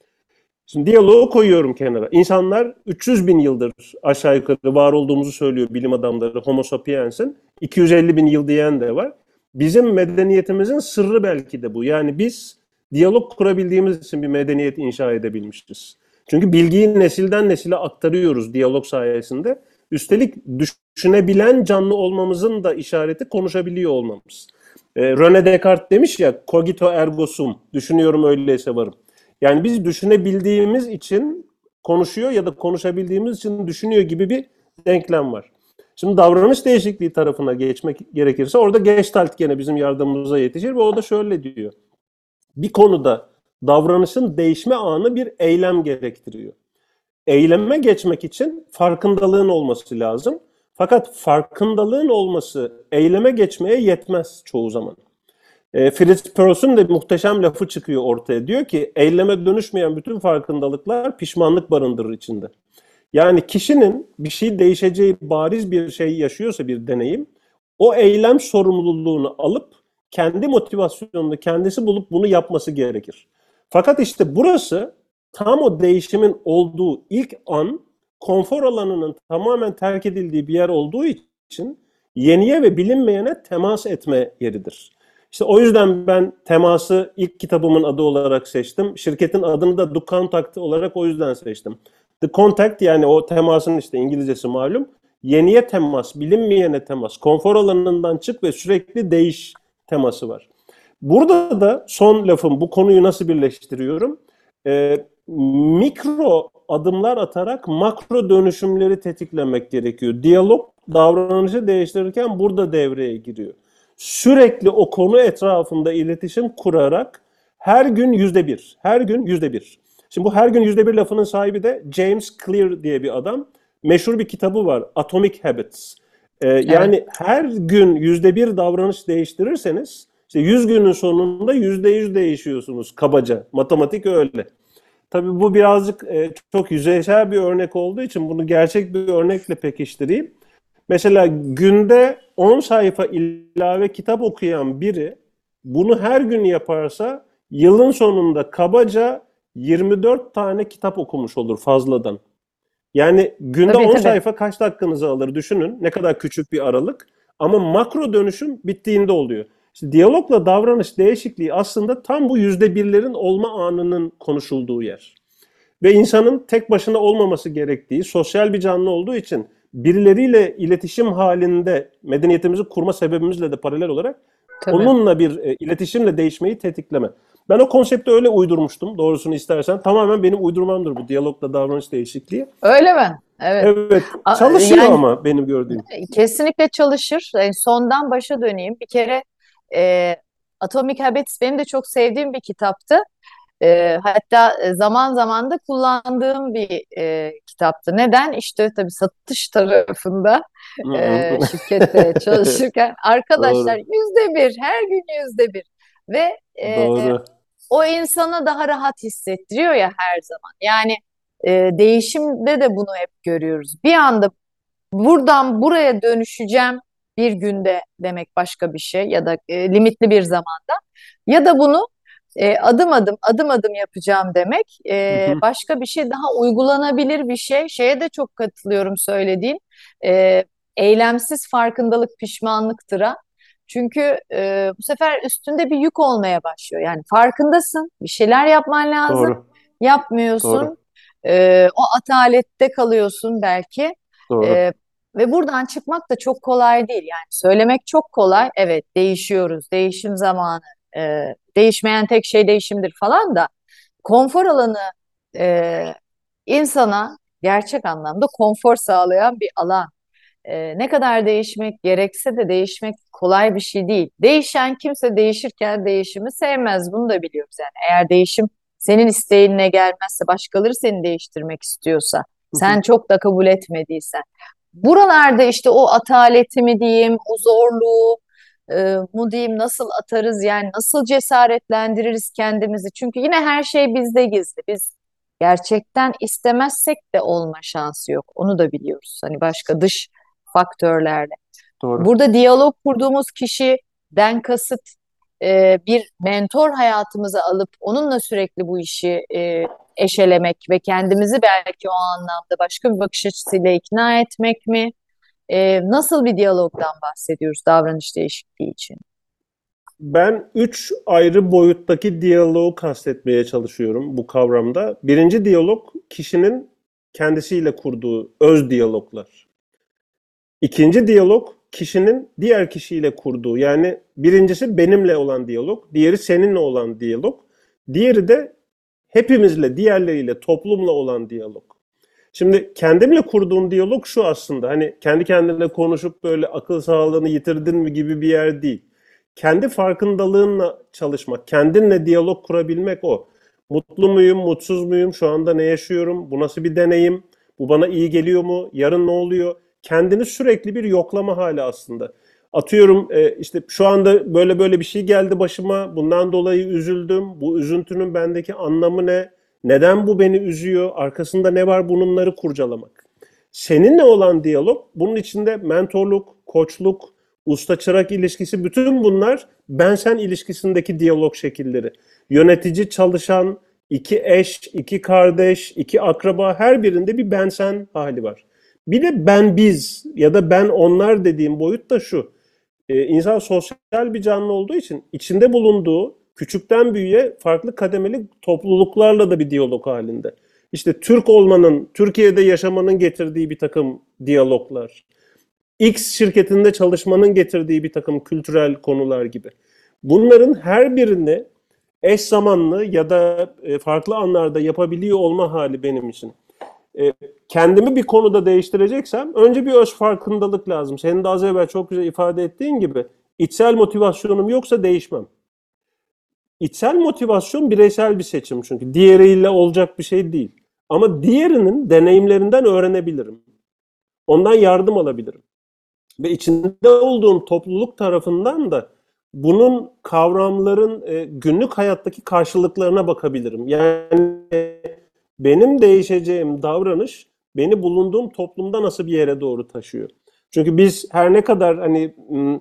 Şimdi diyaloğu koyuyorum kenara. İnsanlar 300 bin yıldır aşağı yukarı var olduğumuzu söylüyor bilim adamları Homo sapiens'in. 250 bin yıl diyen de var. Bizim medeniyetimizin sırrı belki de bu. Yani biz diyalog kurabildiğimiz için bir medeniyet inşa edebilmişiz. Çünkü bilgiyi nesilden nesile aktarıyoruz diyalog sayesinde. Üstelik düşünebilen canlı olmamızın da işareti konuşabiliyor olmamız. René Descartes demiş ya, cogito ergo sum, düşünüyorum öyleyse varım. Yani biz düşünebildiğimiz için konuşuyor ya da konuşabildiğimiz için düşünüyor gibi bir denklem var. Şimdi davranış değişikliği tarafına geçmek gerekirse orada Gestalt gene bizim yardımımıza yetişir ve o da şöyle diyor. Bir konuda davranışın değişme anı bir eylem gerektiriyor. Eyleme geçmek için farkındalığın olması lazım. Fakat farkındalığın olması eyleme geçmeye yetmez çoğu zaman. Fritz Perls'ün de muhteşem lafı çıkıyor ortaya. Diyor ki eyleme dönüşmeyen bütün farkındalıklar pişmanlık barındırır içinde. Yani kişinin bir şey değişeceği bariz bir şey yaşıyorsa bir deneyim, o eylem sorumluluğunu alıp kendi motivasyonunu kendisi bulup bunu yapması gerekir. Fakat işte burası tam o değişimin olduğu ilk an konfor alanının tamamen terk edildiği bir yer olduğu için yeniye ve bilinmeyene temas etme yeridir. İşte o yüzden ben teması ilk kitabımın adı olarak seçtim. Şirketin adını da The Contact olarak o yüzden seçtim. The Contact yani o temasın işte İngilizcesi malum. Yeniye temas, bilinmeyene temas, konfor alanından çık ve sürekli değiş teması var. Burada da son lafım, bu konuyu nasıl birleştiriyorum? Mikro adımlar atarak makro dönüşümleri tetiklemek gerekiyor. Diyalog davranışı değiştirirken burada devreye giriyor. Sürekli o konu etrafında iletişim kurarak her gün %1, her gün %1. Şimdi bu her gün %1 lafının sahibi de James Clear diye bir adam. Meşhur bir kitabı var, Atomic Habits. Evet. Yani her gün %1 davranış değiştirirseniz işte 100 günün sonunda %100 değişiyorsunuz kabaca. Matematik öyle. Tabii bu birazcık çok yüzeysel bir örnek olduğu için bunu gerçek bir örnekle pekiştireyim. Mesela günde 10 sayfa ilave kitap okuyan biri bunu her gün yaparsa yılın sonunda kabaca 24 tane kitap okumuş olur fazladan. Yani günde Tabii, 10 tabii. sayfa kaç dakikanızı alır düşünün. Ne kadar küçük bir aralık. Ama makro dönüşüm bittiğinde oluyor. İşte diyalogla davranış değişikliği aslında tam bu %1'lerin olma anının konuşulduğu yer. Ve insanın tek başına olmaması gerektiği, sosyal bir canlı olduğu için birileriyle iletişim halinde medeniyetimizi kurma sebebimizle de paralel olarak Tabii. onunla bir iletişimle değişmeyi tetikleme. Ben o konsepti öyle uydurmuştum doğrusunu istersen. Tamamen benim uydurmamdır bu diyalogla davranış değişikliği. Öyle mi? Evet. Evet, çalışıyor Yani ama benim gördüğüm. kesinlikle çalışır. Sondan başa döneyim. Bir kere e, Atomic Habits benim de çok sevdiğim bir kitaptı. Hatta zaman zaman da kullandığım bir kitaptı. Neden? İşte tabii satış tarafında Hı hı. şirkette çalışırken arkadaşlar Doğru, %1, her gün %1 ve doğru. o insana daha rahat hissettiriyor ya her zaman. Yani değişimde de bunu hep görüyoruz. Bir anda buradan buraya dönüşeceğim bir günde demek başka bir şey ya da limitli bir zamanda ya da bunu adım adım adım adım yapacağım demek. Hı hı. Başka bir şey daha uygulanabilir bir şey. Şeye de çok katılıyorum söylediğin. E, Eylemsiz farkındalık pişmanlıktır. Çünkü bu sefer üstünde bir yük olmaya başlıyor. Yani farkındasın, bir şeyler yapman lazım, Doğru. yapmıyorsun. Doğru. O atalette kalıyorsun belki. Doğru. E, Ve buradan çıkmak da çok kolay değil. Yani söylemek çok kolay. Evet, değişiyoruz, değişim zamanı. Değişmeyen tek şey değişimdir falan da konfor alanı e, insana gerçek anlamda konfor sağlayan bir alan. Ne kadar değişmek gerekse de değişmek kolay bir şey değil. Değişen kimse değişirken değişimi sevmez. Bunu da biliyoruz yani. Eğer değişim senin isteğinle gelmezse, başkaları seni değiştirmek istiyorsa, Hı hı. sen çok da kabul etmediysen. Buralarda işte o ataleti mi diyeyim, o zorluğu mu diyeyim, nasıl atarız yani nasıl cesaretlendiririz kendimizi? Çünkü yine her şey bizde gizli. Biz gerçekten istemezsek de olma şansı yok. Onu da biliyoruz. Hani başka dış faktörlerle. Doğru. Burada diyalog kurduğumuz kişiden kasıt bir mentor hayatımıza alıp onunla sürekli bu işi eşelemek ve kendimizi belki o anlamda başka bir bakış açısıyla ikna etmek mi? Nasıl bir diyalogdan bahsediyoruz davranış değişikliği için? Ben üç ayrı boyuttaki diyaloğu kastetmeye çalışıyorum bu kavramda. Birinci diyalog kişinin kendisiyle kurduğu öz diyaloglar. İkinci diyalog kişinin diğer kişiyle kurduğu, yani birincisi benimle olan diyalog, diğeri seninle olan diyalog, diğeri de hepimizle, diğerleriyle, toplumla olan diyalog. Şimdi kendimle kurduğum diyalog şu aslında, hani kendi kendine konuşup böyle akıl sağlığını yitirdin mi gibi bir yer değil. Kendi farkındalığınla çalışmak, kendinle diyalog kurabilmek o. Mutlu muyum, mutsuz muyum, şu anda ne yaşıyorum, bu nasıl bir deneyim, bu bana iyi geliyor mu, yarın ne oluyor? Kendini sürekli bir yoklama hali aslında. Atıyorum işte şu anda böyle böyle bir şey geldi başıma, bundan dolayı üzüldüm, bu üzüntünün bendeki anlamı ne? Neden bu beni üzüyor? Arkasında ne var? Bunları kurcalamak. Seninle olan diyalog, bunun içinde mentorluk, koçluk, usta-çırak ilişkisi, bütün bunlar ben-sen ilişkisindeki diyalog şekilleri. Yönetici, çalışan, iki eş, iki kardeş, iki akraba, her birinde bir ben-sen hali var. Bir de ben-biz ya da ben-onlar dediğim boyut da şu. İnsan sosyal bir canlı olduğu için içinde bulunduğu küçükten büyüğe farklı kademeli topluluklarla da bir diyalog halinde. İşte Türk olmanın, Türkiye'de yaşamanın getirdiği bir takım diyaloglar. X şirketinde çalışmanın getirdiği bir takım kültürel konular gibi. Bunların her birini eş zamanlı ya da farklı anlarda yapabiliyor olma hali benim için. E, Kendimi bir konuda değiştireceksem önce bir öz farkındalık lazım. Senin de az evvel çok güzel ifade ettiğin gibi içsel motivasyonum yoksa değişmem. İçsel motivasyon bireysel bir seçim çünkü. Diğeriyle olacak bir şey değil. Ama diğerinin deneyimlerinden öğrenebilirim. Ondan yardım alabilirim. Ve içinde olduğum topluluk tarafından da bunun kavramların günlük hayattaki karşılıklarına bakabilirim. Yani benim değişeceğim davranış beni bulunduğum toplumda nasıl bir yere doğru taşıyor. Çünkü biz her ne kadar hani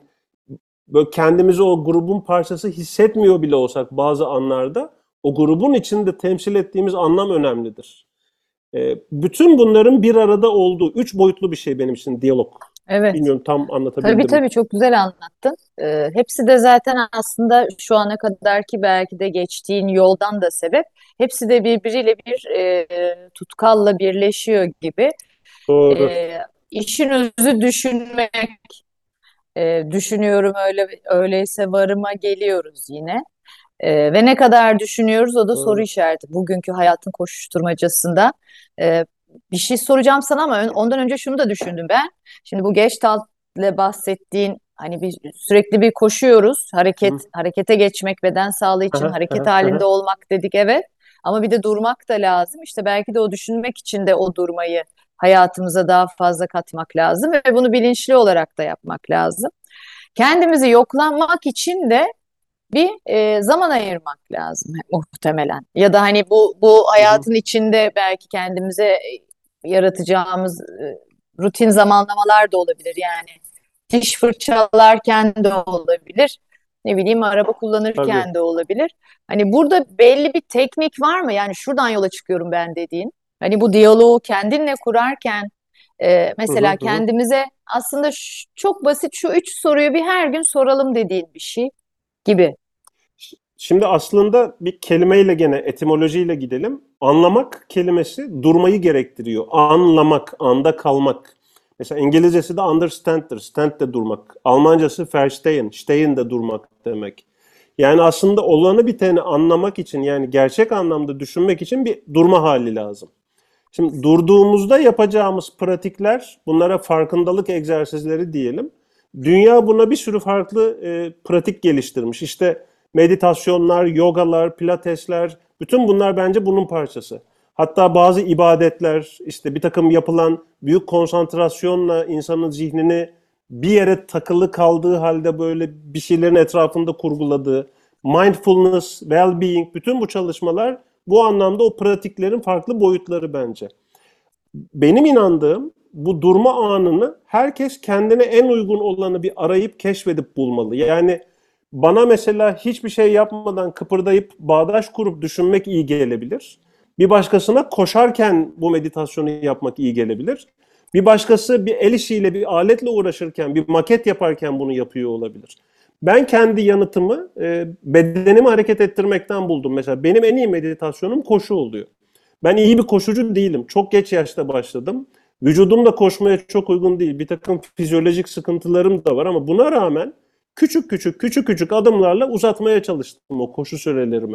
böyle kendimizi o grubun parçası hissetmiyor bile olsak bazı anlarda o grubun içinde temsil ettiğimiz anlam önemlidir. Bütün bunların bir arada olduğu üç boyutlu bir şey benim için diyalog. Evet. Bilmiyorum tam Tabii anlatabildim mi? tabii çok güzel anlattın. Hepsi de zaten aslında şu ana kadar ki belki de geçtiğin yoldan da sebep. Hepsi de birbiriyle bir tutkalla birleşiyor gibi. Doğru. E, işin özü düşünmek. Düşünüyorum öyleyse varıma geliyoruz yine. Ve ne kadar düşünüyoruz o da soru Doğru. işareti. Bugünkü hayatın koşuşturmacasında. Ee, Bir şey soracağım sana ama ondan önce şunu da düşündüm ben. Şimdi bu Gestalt'le bahsettiğin hani sürekli bir koşuyoruz. Hı. Harekete geçmek beden sağlığı için Aha, hareket aha, halinde aha. olmak dedik evet. Ama bir de durmak da lazım. İşte belki de o düşünmek için de o durmayı hayatımıza daha fazla katmak lazım ve bunu bilinçli olarak da yapmak lazım. Kendimizi yoklamak için de bir zaman ayırmak lazım muhtemelen. Ya da hani bu Hı hı. hayatın içinde belki kendimize yaratacağımız rutin zamanlamalar da olabilir. Yani diş fırçalarken de olabilir. ne bileyim araba Tabii. kullanırken de olabilir. Hani burada belli bir teknik var mı? Yani şuradan yola çıkıyorum ben dediğin. Hani bu diyaloğu kendinle kurarken Hı hı mesela hı. Hı. kendimize aslında çok basit şu üç soruyu bir her gün soralım dediğin bir şey gibi. Şimdi aslında bir kelimeyle gene etimolojiyle gidelim. Anlamak kelimesi durmayı gerektiriyor. Anlamak, anda kalmak. Mesela İngilizcesi de understand'tir. Stand de durmak. Almancası verstehen. Stehen de durmak demek. Yani aslında olanı biteni anlamak için yani gerçek anlamda düşünmek için bir durma hali lazım. Şimdi durduğumuzda yapacağımız pratikler, bunlara farkındalık egzersizleri diyelim. Dünya buna bir sürü farklı pratik geliştirmiş. İşte meditasyonlar, yogalar, pilatesler, bütün bunlar bence bunun parçası. Hatta bazı ibadetler, işte bir takım yapılan büyük konsantrasyonla insanın zihnini bir yere takılı kaldığı halde böyle bir şeylerin etrafında kurguladığı, mindfulness, well-being, bütün bu çalışmalar bu anlamda o pratiklerin farklı boyutları bence. Benim inandığım bu durma anını herkes kendine en uygun olanı bir arayıp keşfedip bulmalı. Yani bana mesela hiçbir şey yapmadan kıpırdayıp bağdaş kurup düşünmek iyi gelebilir. Bir başkasına koşarken bu meditasyonu yapmak iyi gelebilir. Bir başkası bir el işiyle, bir aletle uğraşırken, bir maket yaparken bunu yapıyor olabilir. Ben kendi yanıtımı bedenimi hareket ettirmekten buldum. Mesela benim en iyi meditasyonum koşu oluyor. Ben iyi bir koşucu değilim. Çok geç yaşta başladım. Vücudum da koşmaya çok uygun değil. Bir takım fizyolojik sıkıntılarım da var ama buna rağmen küçük küçük adımlarla uzatmaya çalıştım o koşu sürelerimi.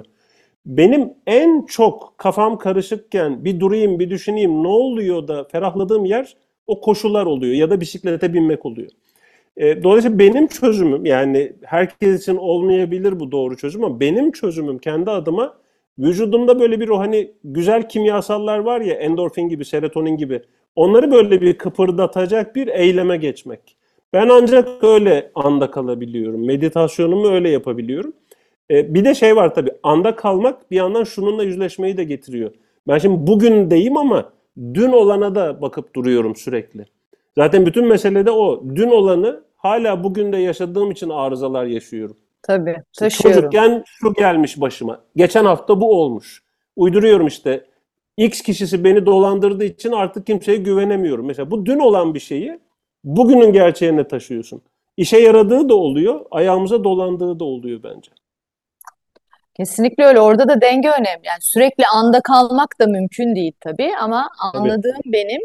Benim en çok kafam karışıkken bir durayım, bir düşüneyim ne oluyor da ferahladığım yer o koşular oluyor ya da bisiklete binmek oluyor. Dolayısıyla benim çözümüm yani herkes için olmayabilir bu doğru çözüm ama benim çözümüm kendi adıma vücudumda böyle bir o hani güzel kimyasallar var ya endorfin gibi, serotonin gibi onları böyle bir kıpırdatacak bir eyleme geçmek. Ben ancak öyle anda kalabiliyorum. Meditasyonumu öyle yapabiliyorum. Bir de şey var tabii anda kalmak bir yandan şununla yüzleşmeyi de getiriyor. Ben şimdi bugündeyim ama dün olana da bakıp duruyorum sürekli. Zaten bütün mesele de o. Dün olanı hala bugün de yaşadığım için arızalar yaşıyorum. Tabii İşte taşıyorum. çocukken şu gelmiş başıma. Geçen hafta bu olmuş. Uyduruyorum işte. X kişisi beni dolandırdığı için artık kimseye güvenemiyorum. Mesela bu dün olan bir şeyi bugünün gerçeğine taşıyorsun. İşe yaradığı da oluyor, ayağımıza dolandığı da oluyor bence. Kesinlikle öyle. Orada da denge önemli. Yani sürekli anda kalmak da mümkün değil tabii ama Tabii. anladığım benim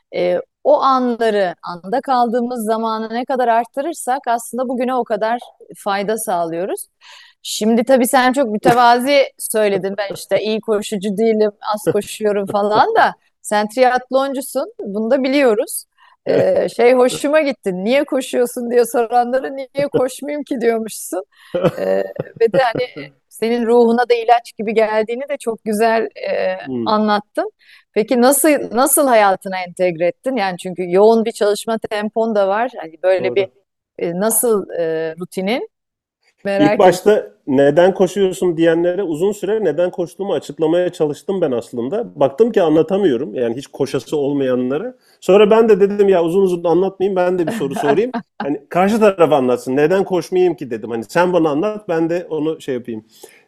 o anları, anda kaldığımız zamanı ne kadar arttırırsak aslında bugüne o kadar fayda sağlıyoruz. Şimdi tabii sen çok mütevazi söyledin. Ben işte iyi koşucu değilim, az koşuyorum falan da sen triatloncusun. Bunu da biliyoruz. Şey hoşuma gitti. Niye koşuyorsun diye soranlara niye koşmayayım ki diyormuşsun. Ee, ve de hani senin ruhuna da ilaç gibi geldiğini de çok güzel Hmm, anlattın. Peki nasıl hayatına entegre ettin? Yani çünkü yoğun bir çalışma tempon da var. Hani böyle bir doğru. nasıl rutinin İlk merak ettim. başta neden koşuyorsun diyenlere uzun süre neden koştuğumu açıklamaya çalıştım ben aslında. Baktım ki anlatamıyorum yani hiç koşası olmayanlara. Sonra ben de dedim ya uzun uzun anlatmayayım ben de bir soru sorayım. Hani karşı taraf anlatsın neden koşmayayım ki dedim. Hani sen bana anlat ben de onu şey yapayım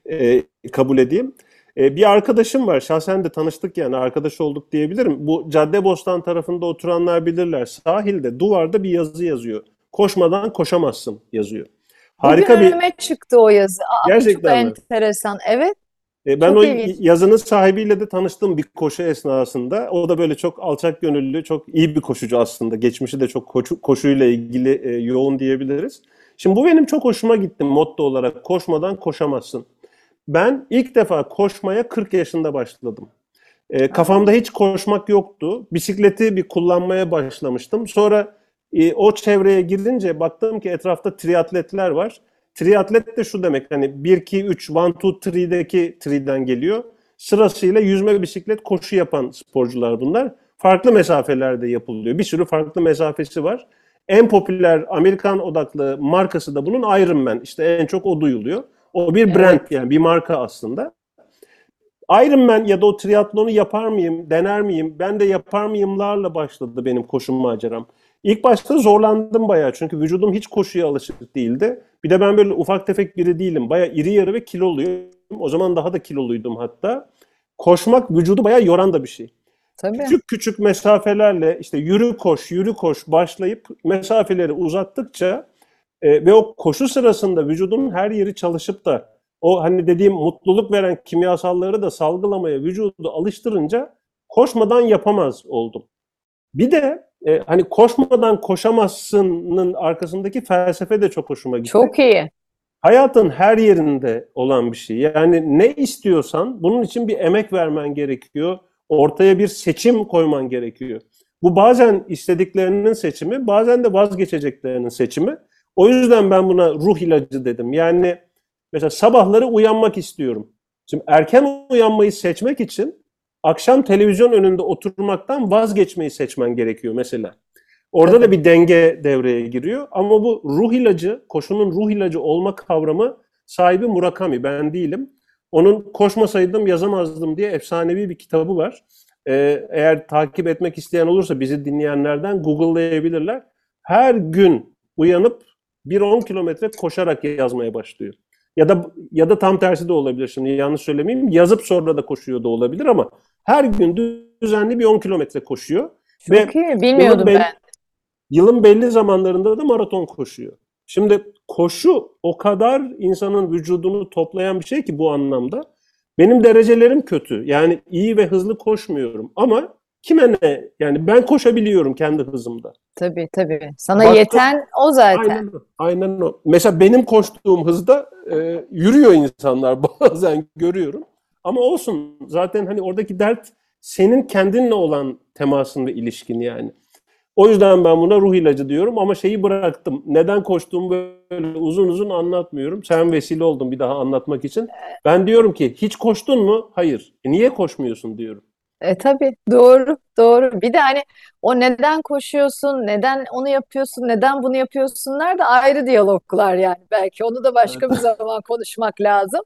kabul edeyim. Bir arkadaşım var şahsen de tanıştık yani arkadaş olduk diyebilirim. Bu Caddebostan tarafında oturanlar bilirler. Sahilde duvarda bir yazı yazıyor. Koşmadan koşamazsın yazıyor. Bugün Harika bir önüme çıktı o yazı. Aa, çok gerçekten mi? enteresan. Evet, Ben çok o ilginç. yazının sahibiyle de tanıştım bir koşu esnasında. O da böyle çok alçak gönüllü, çok iyi bir koşucu aslında. Geçmişi de çok koşuyla ilgili yoğun diyebiliriz. Şimdi bu benim çok hoşuma gitti motto olarak. Koşmadan koşamazsın. Ben ilk defa koşmaya 40 yaşında başladım. Aa, Kafamda hiç koşmak yoktu. Bisikleti bir kullanmaya başlamıştım. Sonra o çevreye girince baktım ki etrafta triatletler var. Triatlet de şu demek hani 1 2 3 1 2 3'deki 3'den geliyor. Sırasıyla yüzme, bisiklet, koşu yapan sporcular bunlar. Farklı mesafelerde yapılıyor. Bir sürü farklı mesafesi var. En popüler Amerikan odaklı markası da bunun Ironman. İşte en çok o duyuluyor. O bir brand evet. yani bir marka aslında. Ironman ya da o triatlonu yapar mıyım, dener miyim, ben de yapar mıyımlarla başladı benim koşu maceram. İlk başta zorlandım bayağı çünkü vücudum hiç koşuya alışık değildi. Bir de ben böyle ufak tefek biri değilim. Bayağı iri yarı ve kiloluyum. O zaman daha da kiloluydum hatta. Koşmak vücudu bayağı yoran da bir şey. Tabii. Küçük küçük mesafelerle işte yürü koş, yürü koş başlayıp mesafeleri uzattıkça ve o koşu sırasında vücudun her yeri çalışıp da o hani dediğim mutluluk veren kimyasalları da salgılamaya vücudu alıştırınca koşmadan yapamaz oldum. Bir de hani koşmadan koşamazsın'ın arkasındaki felsefe de çok hoşuma gitti. Çok iyi. Hayatın her yerinde olan bir şey. Yani ne istiyorsan bunun için bir emek vermen gerekiyor. Ortaya bir seçim koyman gerekiyor. Bu bazen istediklerinin seçimi, bazen de vazgeçeceklerinin seçimi. O yüzden ben buna ruh ilacı dedim. Yani mesela sabahları uyanmak istiyorum. Şimdi erken uyanmayı seçmek için akşam televizyon önünde oturmaktan vazgeçmeyi seçmen gerekiyor mesela. Orada da Tabii. bir denge devreye giriyor. Ama bu ruh ilacı, koşunun ruh ilacı olma kavramı sahibi Murakami, ben değilim. Onun Koşmasaydım Yazamazdım diye efsanevi bir kitabı var. Eğer takip etmek isteyen olursa bizi dinleyenlerden Google'layabilirler. Her gün uyanıp bir 10 kilometre koşarak yazmaya başlıyor. Ya da tam tersi de olabilir, şimdi yanlış söylemeyeyim. Yazıp sonra da koşuyor da olabilir ama her gün düzenli bir 10 kilometre koşuyor. Çok Ve iyi. yılın Bilmiyordum belli, ben. yılın belli zamanlarında da maraton koşuyor. Şimdi koşu o kadar insanın vücudunu toplayan bir şey ki bu anlamda. Benim derecelerim kötü. Yani iyi ve hızlı koşmuyorum. Ama kime ne? Yani ben koşabiliyorum kendi hızımda. Tabii tabii. Sana Baktım, yeten o zaten. aynen o. Aynen o. Mesela benim koştuğum hızda yürüyor insanlar bazen görüyorum. Ama olsun. Zaten hani oradaki dert senin kendinle olan temasın ve ilişkin yani. O yüzden ben buna ruh ilacı diyorum ama şeyi bıraktım. Neden koştuğumu böyle uzun uzun anlatmıyorum. Sen vesile oldun bir daha anlatmak için. Ben diyorum ki hiç koştun mu? Hayır. Niye koşmuyorsun diyorum. Tabii doğru doğru. Bir de hani o neden koşuyorsun, neden onu yapıyorsun, neden bunu yapıyorsunlar da ayrı diyaloglar yani. Belki onu da Evet. başka bir zaman konuşmak lazım.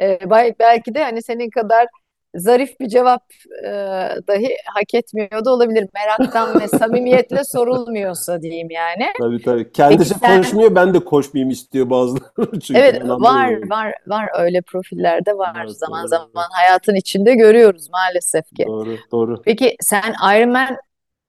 Belki de hani senin kadar zarif bir cevap e, dahi hak etmiyor da olabilir. Meraktan ve samimiyetle sorulmuyorsa diyeyim yani. Tabii tabii. Peki Kendisi sen koşmuyor, ben de koşmayayım istiyor bazıları. Çünkü evet ben anlamıyorum. var öyle profillerde var Evet, zaman evet, evet. zaman hayatın içinde görüyoruz maalesef ki. Doğru, doğru. Peki sen Ironman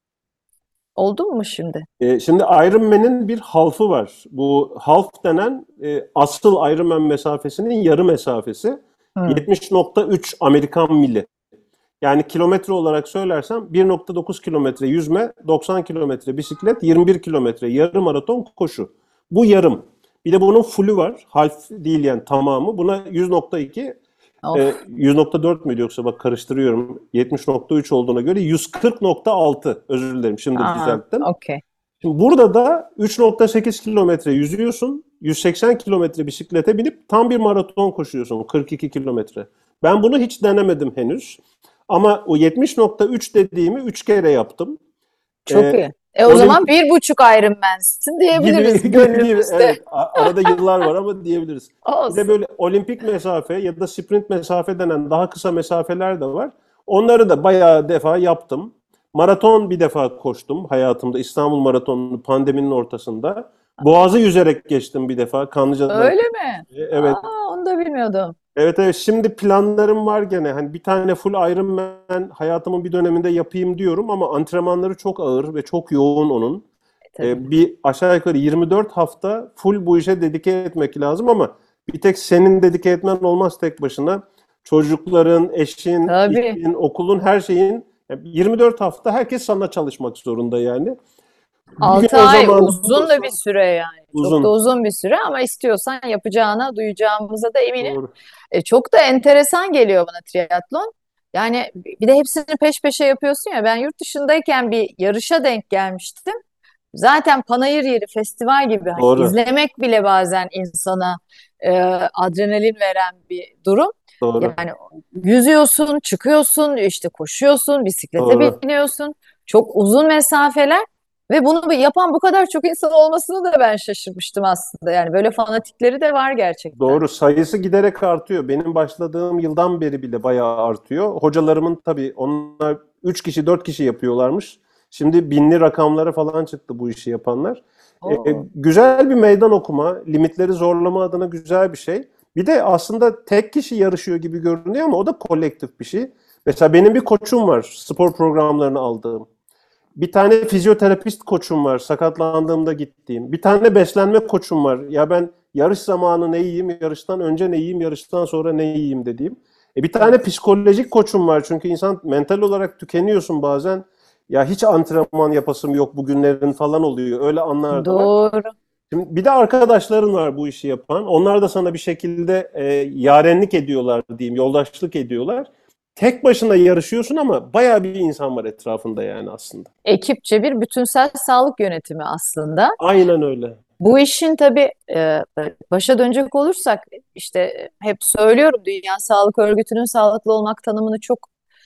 oldun mu şimdi? Şimdi Ironman'in bir half'ı var. Bu half denen asıl Ironman mesafesinin yarı mesafesi. Hı. 70,3 Amerikan mili. Yani kilometre olarak söylersem 1,9 kilometre yüzme, 90 kilometre bisiklet, 21 kilometre yarım maraton koşu. Bu yarım. Bir de bunun full'ü var. Half değil yani tamamı. Buna 100,2, Of. 100,4 müydü yoksa bak karıştırıyorum. 70,3 olduğuna göre 140,6, özür dilerim şimdi Aa, düzelttim. okey. Şimdi burada da 3,8 kilometre yüzüyorsun, 180 kilometre bisiklete binip tam bir maraton koşuyorsun, 42 kilometre. Ben bunu hiç denemedim henüz. Ama o 70,3 dediğimi 3 kere yaptım. Çok Ee, iyi. O zaman Olimpik 1,5 Ironman'sin gibi diyebiliriz gibi gönlümüzde. evet, arada yıllar var ama diyebiliriz. Bir de Olsun. böyle olimpik mesafe ya da sprint mesafe denen daha kısa mesafeler de var. Onları da bayağı defa yaptım. Maraton bir defa koştum hayatımda. İstanbul Maratonu pandeminin ortasında. Boğazı yüzerek geçtim bir defa Kanlıca'dan. Öyle mi? Evet. Aa, onu da bilmiyordum. Evet, evet, şimdi planlarım var gene. Hani bir tane full Ironman hayatımın bir döneminde yapayım diyorum ama antrenmanları çok ağır ve çok yoğun onun. Tabii. Bir aşağı yukarı 24 hafta full bu işe dedike etmek lazım ama bir tek senin dedike etmen olmaz tek başına. Çocukların, eşin, Tabii. işin, okulun, her şeyin, yani 24 hafta herkes sana çalışmak zorunda yani. Bir gün 6 o ay zaman uzun da bir bulursan süre yani. Çok da uzun. uzun bir süre ama istiyorsan yapacağına, duyacağımıza da eminim. Doğru. Çok da enteresan geliyor bana triatlon. Yani bir de hepsini peş peşe yapıyorsun ya. Ben yurt dışındayken bir yarışa denk gelmiştim. Zaten panayır yeri, festival gibi hani Doğru. izlemek bile bazen insana adrenalin veren bir durum. Doğru. Yani yüzüyorsun, çıkıyorsun, işte koşuyorsun, bisiklete Doğru. biniyorsun. Çok uzun mesafeler ve bunu yapan bu kadar çok insan olmasını da ben şaşırmıştım aslında. Yani böyle fanatikleri de var gerçekten. Doğru. Sayısı giderek artıyor. Benim başladığım yıldan beri bile bayağı artıyor. Hocalarımın tabii onlar 3 kişi 4 kişi yapıyorlarmış. Şimdi binli rakamlara falan çıktı bu işi yapanlar. Oo. Güzel bir meydan okuma, limitleri zorlama adına güzel bir şey. Bir de aslında tek kişi yarışıyor gibi görünüyor ama o da kolektif bir şey. Mesela benim bir koçum var, spor programlarını aldığım. Bir tane fizyoterapist koçum var, sakatlandığımda gittiğim. Bir tane beslenme koçum var. Ya ben yarış zamanı ne yiyeyim, yarıştan önce ne yiyeyim, yarıştan sonra ne yiyeyim dediğim. Bir tane Evet. psikolojik koçum var. Çünkü insan mental olarak tükeniyorsun bazen. Ya hiç antrenman yapasım yok bugünlerin falan oluyor. Öyle anlar da var. Doğru. Şimdi bir de arkadaşların var bu işi yapan. Onlar da sana bir şekilde yarenlik ediyorlar diyeyim, yoldaşlık ediyorlar. Tek başına yarışıyorsun ama bayağı bir insan var etrafında yani aslında. Ekipçe bir bütünsel sağlık yönetimi aslında. Aynen öyle. Bu işin tabii başa dönecek olursak işte hep söylüyorum Dünya Sağlık Örgütü'nün sağlıklı olmak tanımını çok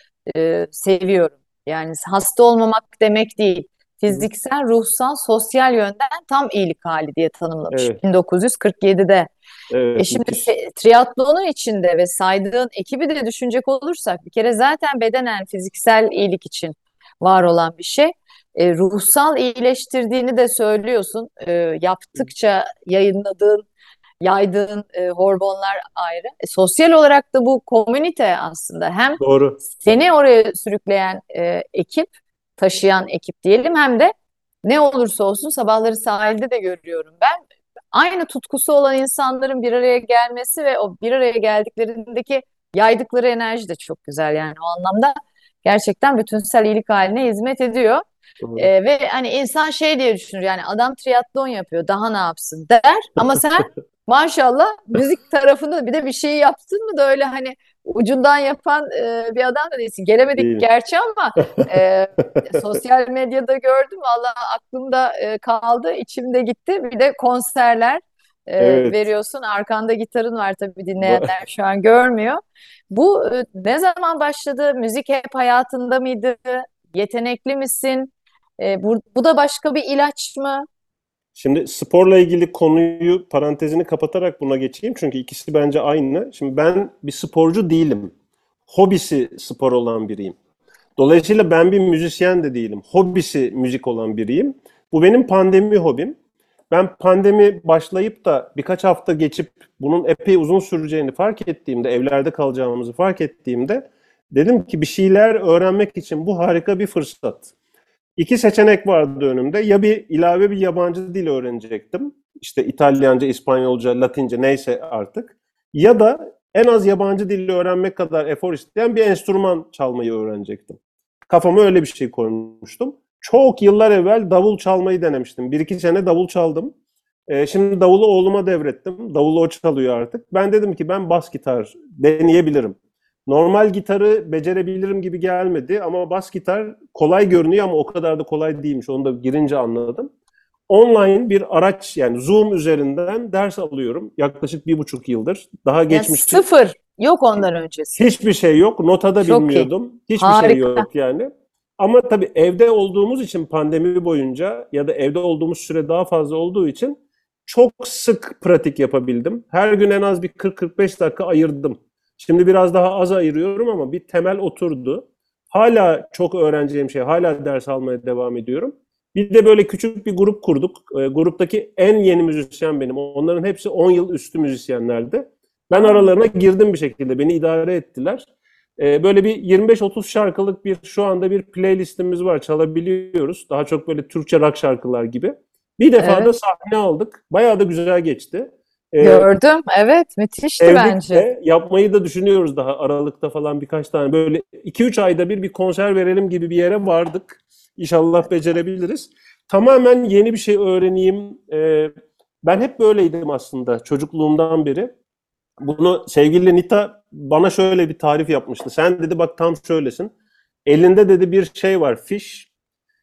seviyorum. Yani hasta olmamak demek değil. Hı hı. Fiziksel, ruhsal, sosyal yönden tam iyilik hali diye tanımlamış Evet, 1947'de. evet Şimdi müthiş. triatlonun içinde ve saydığın ekibi de düşünecek olursak bir kere zaten bedenen fiziksel iyilik için var olan bir şey. Ruhsal iyileştirdiğini de söylüyorsun. Yaptıkça yayınladığın, yaydığın hormonlar ayrı. Sosyal olarak da bu komünite aslında hem Doğru. seni oraya sürükleyen ekip, taşıyan ekip diyelim hem de ne olursa olsun sabahları sahilde de görüyorum ben. Aynı tutkusu olan insanların bir araya gelmesi ve o bir araya geldiklerindeki yaydıkları enerji de çok güzel yani o anlamda gerçekten bütünsel iyilik haline hizmet ediyor. Doğru. Ve hani insan şey diye düşünür yani adam triatlon yapıyor daha ne yapsın der ama sen maşallah müzik tarafında bir de bir şey yaptın mı da öyle hani ucundan yapan bir adam da değilsin. Gelemedik Değilim. gerçi ama e, sosyal medyada gördüm valla aklımda kaldı içimde gitti bir de konserler Evet. veriyorsun arkanda gitarın var tabii dinleyenler şu an görmüyor. Bu ne zaman başladı? Müzik hep hayatında mıydı? Yetenekli misin? Bu da başka bir ilaç mı? Şimdi sporla ilgili konuyu parantezini kapatarak buna geçeyim. Çünkü ikisi bence aynı. Şimdi ben bir sporcu değilim. Hobisi spor olan biriyim. Dolayısıyla ben bir müzisyen de değilim. Hobisi müzik olan biriyim. Bu benim pandemi hobim. Ben pandemi başlayıp da birkaç hafta geçip bunun epey uzun süreceğini fark ettiğimde, evlerde kalacağımızı fark ettiğimde dedim ki bir şeyler öğrenmek için bu harika bir fırsat. İki seçenek vardı önümde. Ya bir ilave bir yabancı dil öğrenecektim. İşte İtalyanca, İspanyolca, Latince neyse artık. Ya da en az yabancı dili öğrenmek kadar efor isteyen bir enstrüman çalmayı öğrenecektim. Kafama öyle bir şey koymuştum. Çok yıllar evvel davul çalmayı denemiştim. Bir iki sene davul çaldım. Şimdi davulu oğluma devrettim. Davulu o çalıyor artık. Ben dedim ki ben bas gitar deneyebilirim. Normal gitarı becerebilirim gibi gelmedi ama bas gitar kolay görünüyor ama o kadar da kolay değilmiş. Onu da girince anladım. Online bir araç yani Zoom üzerinden ders alıyorum. Yaklaşık 1,5 yıldır. Daha Yani geçmişi sıfır. Yok ondan öncesi. hiçbir şey yok. Notada Çok iyi. bilmiyordum. Hiçbir şey Harika. yok yani. Ama tabii evde olduğumuz için pandemi boyunca ya da evde olduğumuz süre daha fazla olduğu için çok sık pratik yapabildim. Her gün en az bir 40-45 dakika ayırdım. Şimdi biraz daha az ayırıyorum ama bir temel oturdu. Hala çok öğreneceğim şey, hala ders almaya devam ediyorum. Bir de böyle küçük bir grup kurduk. Gruptaki en yeni müzisyen benim. Onların hepsi 10 yıl üstü müzisyenlerdi. Ben Aa, aralarına girdim bir şekilde. Beni idare ettiler. Böyle bir 25-30 şarkılık bir şu anda bir playlistimiz var. Çalabiliyoruz. Daha çok böyle Türkçe rock şarkılar gibi. Bir defa da evet. sahne aldık. Bayağı da güzel geçti. Ee, Gördüm. Evet. Müthişti Sevdik bence. de yapmayı da düşünüyoruz daha Aralık'ta falan birkaç tane. Böyle 2-3 ayda bir konser verelim gibi bir yere vardık. İnşallah becerebiliriz. Tamamen yeni bir şey öğreneyim. Ben hep böyleydim aslında çocukluğumdan beri. Bunu sevgili Nita bana şöyle bir tarif yapmıştı. Sen dedi bak tam şöylesin. Elinde dedi bir şey var fiş.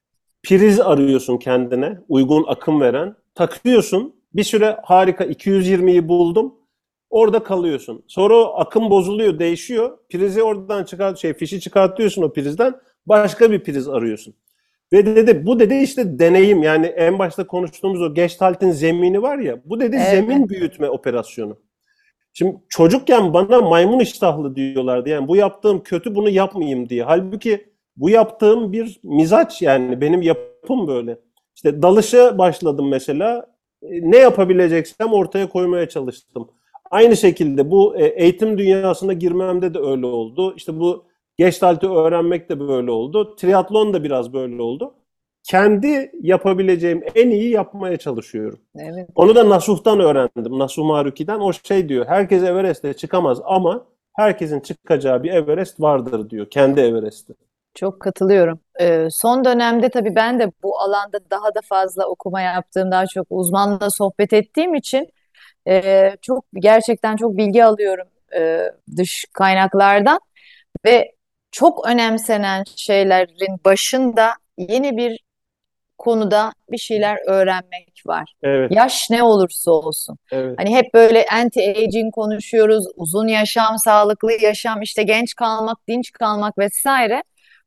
Priz arıyorsun kendine uygun akım veren. Takıyorsun. Bir süre harika 220'yi buldum. Orada kalıyorsun. Sonra o akım bozuluyor, değişiyor. Prizi oradan fişi çıkartıyorsun o prizden. Başka bir priz arıyorsun. Ve dedi bu dedi işte deneyim yani en başta konuştuğumuz o Gestalt'in zemini var ya bu dedi Evet. zemin büyütme operasyonu. Şimdi çocukken bana maymun iştahlı diyorlardı. Yani bu yaptığım kötü bunu yapmayayım diye. Halbuki Bu yaptığım bir mizaç, yani benim yapım böyle. İşte dalışa başladım mesela. Ne yapabileceksem ortaya koymaya çalıştım. Aynı şekilde bu eğitim dünyasına girmemde de öyle oldu. İşte bu Gestalt'ı öğrenmek de böyle oldu. Triatlon da biraz böyle oldu. Kendi yapabileceğim en iyi yapmaya çalışıyorum. Evet. Onu da Nasuh'tan öğrendim. Nasuh Maruki'den. O şey diyor, herkes Everest'e çıkamaz ama herkesin çıkacağı bir Everest vardır diyor. Kendi Everest'i. Çok katılıyorum. Son dönemde tabii ben de bu alanda daha da fazla okuma yaptığım, daha çok uzmanla sohbet ettiğim için çok gerçekten çok bilgi alıyorum dış kaynaklardan ve çok önemsenen şeylerin başında yeni bir konuda bir şeyler öğrenmek var. Evet, Yaş ne olursa olsun. evet. Hani hep böyle anti-aging konuşuyoruz, uzun yaşam, sağlıklı yaşam, işte genç kalmak, dinç kalmak vesaire.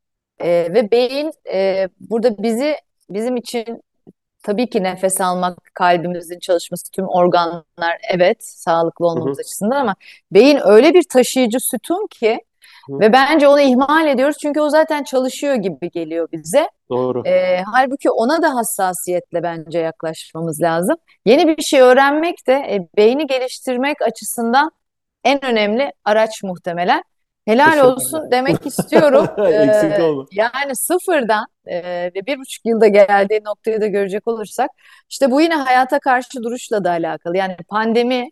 Ve beyin burada bizim için tabii ki nefes almak, kalbimizin çalışması, tüm organlar evet sağlıklı Hı olmamız hı, açısından ama beyin öyle bir taşıyıcı sütun ki hı. ve bence onu ihmal ediyoruz çünkü o zaten çalışıyor gibi geliyor bize. Doğru. Halbuki ona da hassasiyetle bence yaklaşmamız lazım. Yeni bir şey öğrenmek de beyni geliştirmek açısından en önemli araç muhtemelen. Helal Kesinlikle. olsun demek istiyorum. Eksik olma. Yani sıfırdan ve 1,5 yılda geldiği noktayı da görecek olursak işte bu yine hayata karşı duruşla da alakalı. Yani pandemi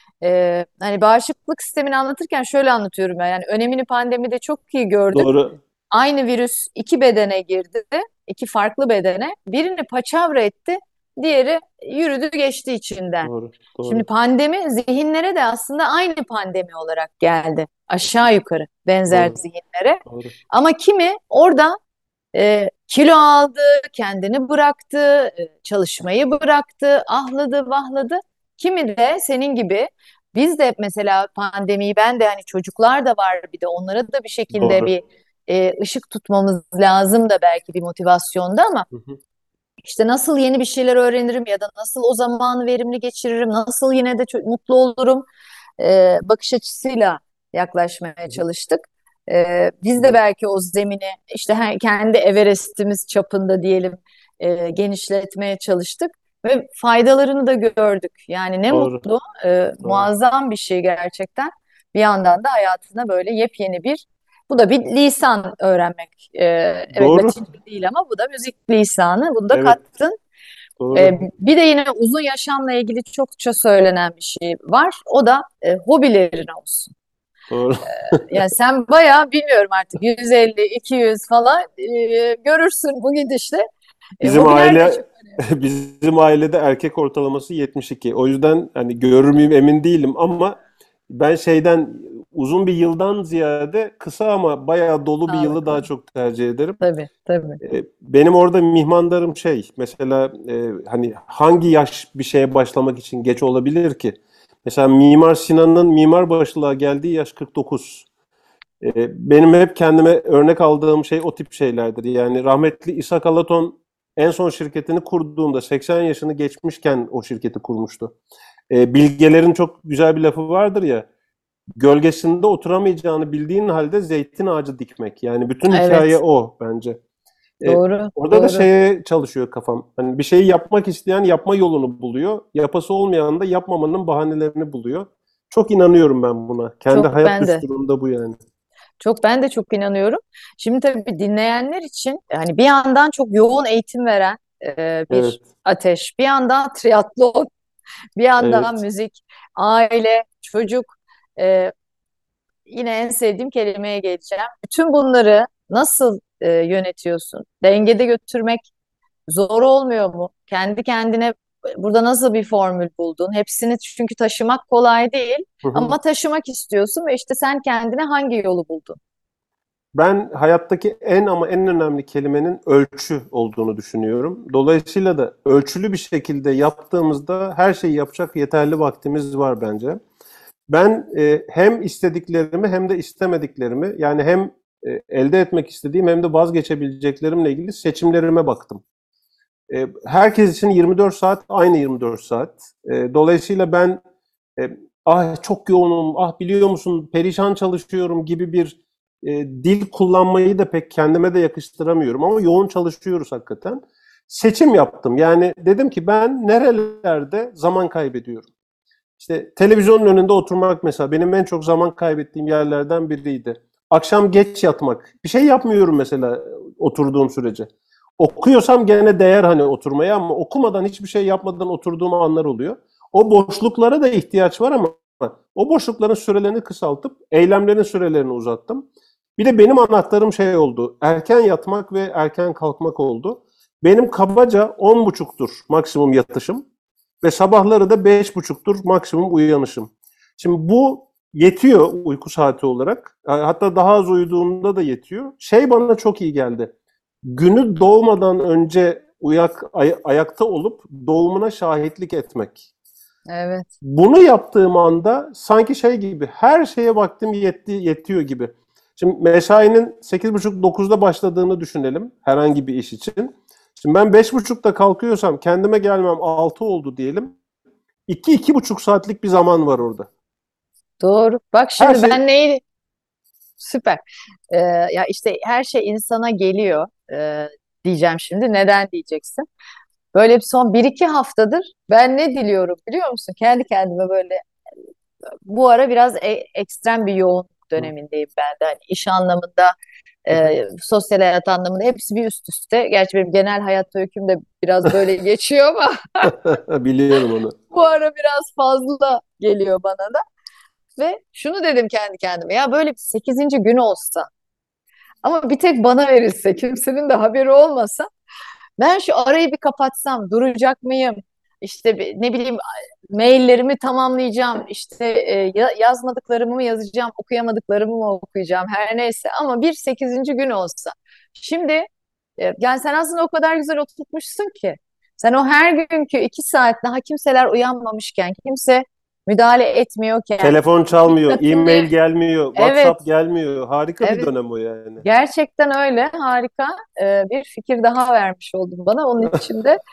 hani bağışıklık sistemini anlatırken şöyle anlatıyorum ben. Yani önemini pandemide çok iyi gördük. Doğru. Aynı virüs iki bedene girdi, iki farklı bedene. Birini paçavra etti, diğeri yürüdü geçti içinden. Doğru. Şimdi Doğru. pandemi zihinlere de aslında aynı pandemi olarak geldi. Aşağı yukarı benzer Doğru. zihinlere. Doğru. Ama kimi orada kilo aldı, kendini bıraktı, çalışmayı bıraktı, ahladı, vahladı. Kimi de senin gibi biz de mesela pandemiyi ben de hani çocuklar da var bir de onlara da bir şekilde Doğru. bir ışık tutmamız lazım da belki bir motivasyonda ama Hı hı. işte nasıl yeni bir şeyler öğrenirim ya da nasıl o zamanı verimli geçiririm, nasıl yine de çok mutlu olurum bakış açısıyla yaklaşmaya Hı hı. çalıştık. Biz de Evet. belki o zemini işte kendi Everest'imiz çapında diyelim genişletmeye çalıştık ve faydalarını da gördük. Yani ne Doğru. mutlu, Doğru. muazzam bir şey gerçekten. Bir yandan da hayatına böyle yepyeni bir, bu da bir lisan öğrenmek. Evet Doğru. Latince değil ama bu da müzik lisanı. Bunu da Evet. kattın. Doğru. Bir de yine uzun yaşamla ilgili çokça söylenen bir şey var. O da hobilerin olsun. Doğru. Yani sen bayağı bilmiyorum artık 150, 200 falan görürsün bu gidişle. Bizim Hobiler de çok aile önemli. bizim ailede erkek ortalaması 72. O yüzden hani görür müyüm emin değilim ama ben şeyden uzun bir yıldan ziyade kısa ama bayağı dolu bir yılı daha Sağlıklı. çok tercih ederim. Tabii, tabii. Benim orada mihmandarım şey, mesela hani hangi yaş bir şeye başlamak için geç olabilir ki? Mesela Mimar Sinan'ın mimar başlığa geldiği yaş 49. Benim hep kendime örnek aldığım şey o tip şeylerdir. Yani rahmetli İshak Alaton en son şirketini kurduğunda 80 yaşını geçmişken o şirketi kurmuştu. Bilgelerin çok güzel bir lafı vardır ya, gölgesinde oturamayacağını bildiğin halde zeytin ağacı dikmek. Yani bütün hikaye Evet, o bence. doğru, Orada da doğru. şeye çalışıyor kafam. Hani bir şeyi yapmak isteyen yapma yolunu buluyor. Yapası olmayan da yapmamanın bahanelerini buluyor. Çok inanıyorum ben buna. Kendi Çok hayat ben de. düsturumda bu yani. Çok ben de çok inanıyorum. Şimdi tabii dinleyenler için yani bir yandan çok yoğun eğitim veren bir Evet, ateş, bir yandan triatlon, bir yandan evet. müzik, aile, çocuk. E, Yine en sevdiğim kelimeye geleceğim. Bütün bunları nasıl yönetiyorsun? Dengede götürmek zor olmuyor mu? Kendi kendine burada nasıl bir formül buldun? Hepsini çünkü taşımak kolay değil Hı hı. ama taşımak istiyorsun ve işte sen kendine hangi yolu buldun? Ben hayattaki en ama en önemli kelimenin ölçü olduğunu düşünüyorum. Dolayısıyla da ölçülü bir şekilde yaptığımızda her şeyi yapacak yeterli vaktimiz var bence. Ben hem istediklerimi hem de istemediklerimi, yani hem elde etmek istediğim hem de vazgeçebileceklerimle ilgili seçimlerime baktım. Herkes için 24 saat aynı 24 saat. Dolayısıyla ben e, ah çok yoğunum, ah biliyor musun perişan çalışıyorum gibi bir Dil kullanmayı da pek kendime de yakıştıramıyorum ama yoğun çalışıyoruz hakikaten. Seçim yaptım. Yani dedim ki ben nerelerde zaman kaybediyorum. İşte televizyonun önünde oturmak mesela benim en çok zaman kaybettiğim yerlerden biriydi. Akşam geç yatmak. Bir şey yapmıyorum mesela oturduğum sürece. Okuyorsam gene değer hani oturmaya ama okumadan hiçbir şey yapmadan oturduğum anlar oluyor. O boşluklara da ihtiyaç var ama o boşlukların sürelerini kısaltıp eylemlerin sürelerini uzattım. Bir de benim anahtarım şey oldu. Erken yatmak ve erken kalkmak oldu. Benim kabaca 10.30'tur maksimum yatışım. Ve sabahları da 5.30'tur maksimum uyanışım. Şimdi bu yetiyor uyku saati olarak. Hatta daha az uyuduğumda da yetiyor. Şey bana çok iyi geldi. Günü doğmadan önce ayakta olup doğumuna şahitlik etmek. Evet. Bunu yaptığım anda sanki şey gibi her şeye vaktim yetiyor gibi. Şimdi mesainin 8.30-9'da başladığını düşünelim herhangi bir iş için. Şimdi ben 5.30'da kalkıyorsam kendime gelmem 6 oldu diyelim. 2-2,5 saatlik bir zaman var orada. Doğru. Bak Her şimdi şey ben neyi süper. Ya işte her şey insana geliyor diyeceğim şimdi. Neden diyeceksin? Böyle bir son bir iki haftadır ben ne diliyorum biliyor musun? Kendi kendime böyle bu ara biraz ekstrem bir yoğun dönemindeyim ben de. Hani iş anlamında, sosyal hayat anlamında hepsi bir üst üste. Gerçi benim genel hayat öyküm de biraz böyle geçiyor ama biliyorum onu. bu ara biraz fazla geliyor bana da. Ve şunu dedim kendi kendime, ya böyle bir 8. gün olsa ama bir tek bana verilse, kimsenin de haberi olmasa, ben şu arayı bir kapatsam duracak mıyım? İşte ne bileyim, maillerimi tamamlayacağım, işte yazmadıklarımı mı yazacağım, okuyamadıklarımı mı okuyacağım, her neyse, ama bir 8. gün olsa. Şimdi yani sen aslında o kadar güzel oturtmuşsun ki, sen o her günkü 2 saat daha kimseler uyanmamışken, kimse müdahale etmiyorken, Telefon çalmıyor, e-mail dikkatini, gelmiyor, evet, WhatsApp gelmiyor. Harika bir evet, dönem o yani. gerçekten öyle, harika bir fikir daha vermiş oldun bana. Onun için de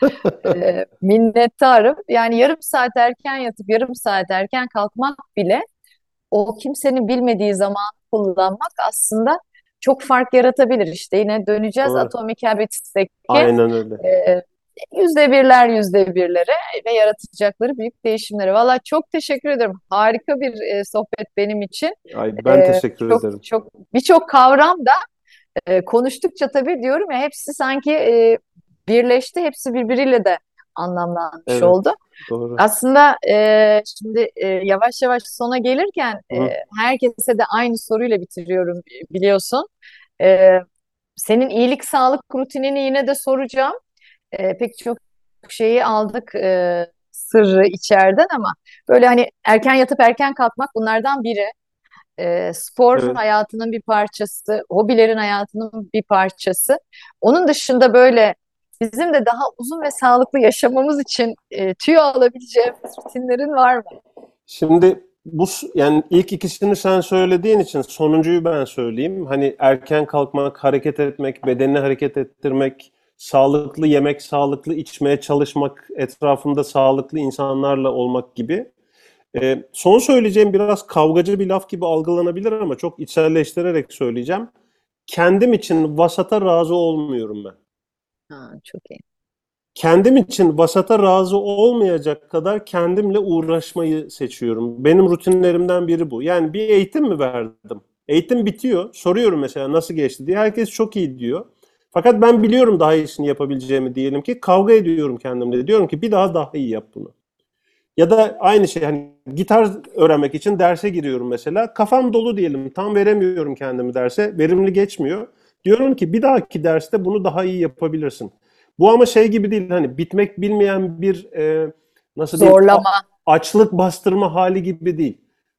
minnettarım. Yani yarım saat erken yatıp yarım saat erken kalkmak bile, o kimsenin bilmediği zaman kullanmak aslında çok fark yaratabilir. İşte yine döneceğiz Doğru. Atomic Habits'teki Aynen öyle. e, yüzde birler yüzde birlere ve yaratacakları büyük değişimlere. Valla çok teşekkür ederim. Harika bir sohbet benim için. Ay, ben teşekkür Çok ederim. çok birçok kavram da konuştukça tabii diyorum ya, hepsi sanki birleşti, hepsi birbiriyle de anlamlanmış Evet, oldu. doğru. Aslında şimdi yavaş yavaş sona gelirken Hı. herkese de aynı soruyla bitiriyorum, biliyorsun. E, Senin iyilik sağlık rutinini yine de soracağım. Pek çok şeyi aldık, sırrı içeriden, ama böyle hani erken yatıp erken kalkmak bunlardan biri. Spor Evet. hayatının bir parçası, hobilerin hayatının bir parçası. Onun dışında böyle bizim de daha uzun ve sağlıklı yaşamamız için tüyo alabileceğimiz rutinlerin var mı? Şimdi yani ilk ikisini sen söylediğin için sonuncuyu ben söyleyeyim. Hani erken kalkmak, hareket etmek, bedenini hareket ettirmek, sağlıklı yemek, sağlıklı içmeye çalışmak, etrafında sağlıklı insanlarla olmak gibi. Son söyleyeceğim biraz kavgacı bir laf gibi algılanabilir ama çok içselleştirerek söyleyeceğim. Kendim için vasata razı olmuyorum ben. Ha, çok iyi. Kendim için vasata razı olmayacak kadar kendimle uğraşmayı seçiyorum. Benim rutinlerimden biri bu. Yani bir eğitim mi verdim? Eğitim bitiyor. Soruyorum mesela nasıl geçti diye. Herkes çok iyi diyor. Fakat ben biliyorum daha iyisini yapabileceğimi diyelim ki. Kavga ediyorum kendimle. Diyorum ki bir daha iyi yap bunu. Ya da aynı şey hani gitar öğrenmek için derse giriyorum mesela. Kafam dolu diyelim. Tam veremiyorum kendimi derse. Verimli geçmiyor. Diyorum ki bir dahaki derste bunu daha iyi yapabilirsin. Bu ama şey gibi değil hani bitmek bilmeyen bir nasıl diyeyim Zorlama. açlık bastırma hali gibi değil.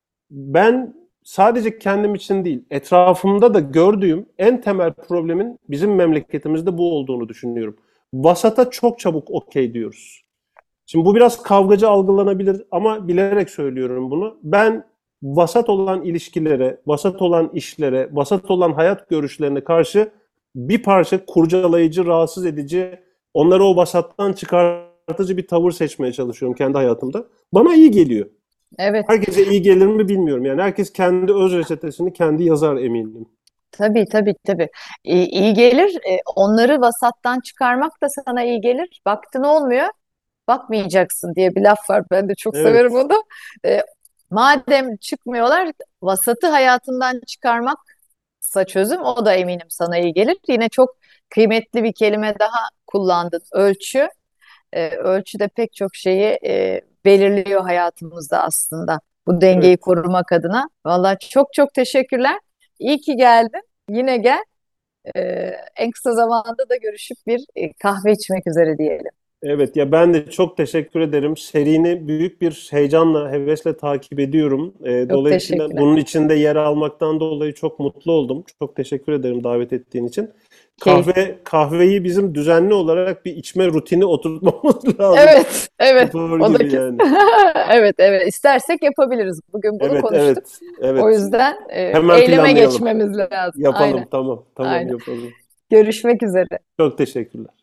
Ben sadece kendim için değil, etrafımda da gördüğüm en temel problemin bizim memleketimizde bu olduğunu düşünüyorum. Vasata çok çabuk okey diyoruz. Şimdi bu biraz kavgacı algılanabilir ama bilerek söylüyorum bunu. Ben vasat olan ilişkilere, vasat olan işlere, vasat olan hayat görüşlerine karşı bir parça kurcalayıcı, rahatsız edici, onları o vasattan çıkartıcı bir tavır seçmeye çalışıyorum kendi hayatımda. Bana iyi geliyor. Evet. Herkese iyi gelir mi bilmiyorum. Yani herkes kendi öz reçetesini kendi yazar eminim. Tabii tabii tabii. İyi gelir. Onları vasattan çıkarmak da sana iyi gelir. Baktın olmuyor, bakmayacaksın diye bir laf var. Ben de çok severim Evet, onu. E, Madem çıkmıyorlar, vasatı hayatından çıkarmaksa çözüm. O da eminim sana iyi gelir. Yine çok kıymetli bir kelime daha kullandın. Ölçü. Ölçü de pek çok şeyi belirliyor hayatımızda aslında. Bu dengeyi evet. korumak adına. Vallahi çok çok teşekkürler. İyi ki geldin. Yine gel. En kısa zamanda da görüşüp bir kahve içmek üzere diyelim. Evet ya ben de çok teşekkür ederim. Serini büyük bir heyecanla, hevesle takip ediyorum. Çok Dolayısıyla teşekkürler. bunun içinde yer almaktan dolayı çok mutlu oldum. Çok teşekkür ederim davet ettiğin için. Keyif. Kahveyi bizim düzenli olarak bir içme rutini oturtmamız lazım. Evet, evet. Spor O da gibi kesin. yani. Evet, evet. İstersek yapabiliriz. Bugün bunu Evet, konuştuk. evet, O evet. yüzden Hemen eyleme planlayalım. geçmemiz lazım. Yapalım, Aynen, tamam, tamam aynen. yapalım. Görüşmek üzere. Çok teşekkürler.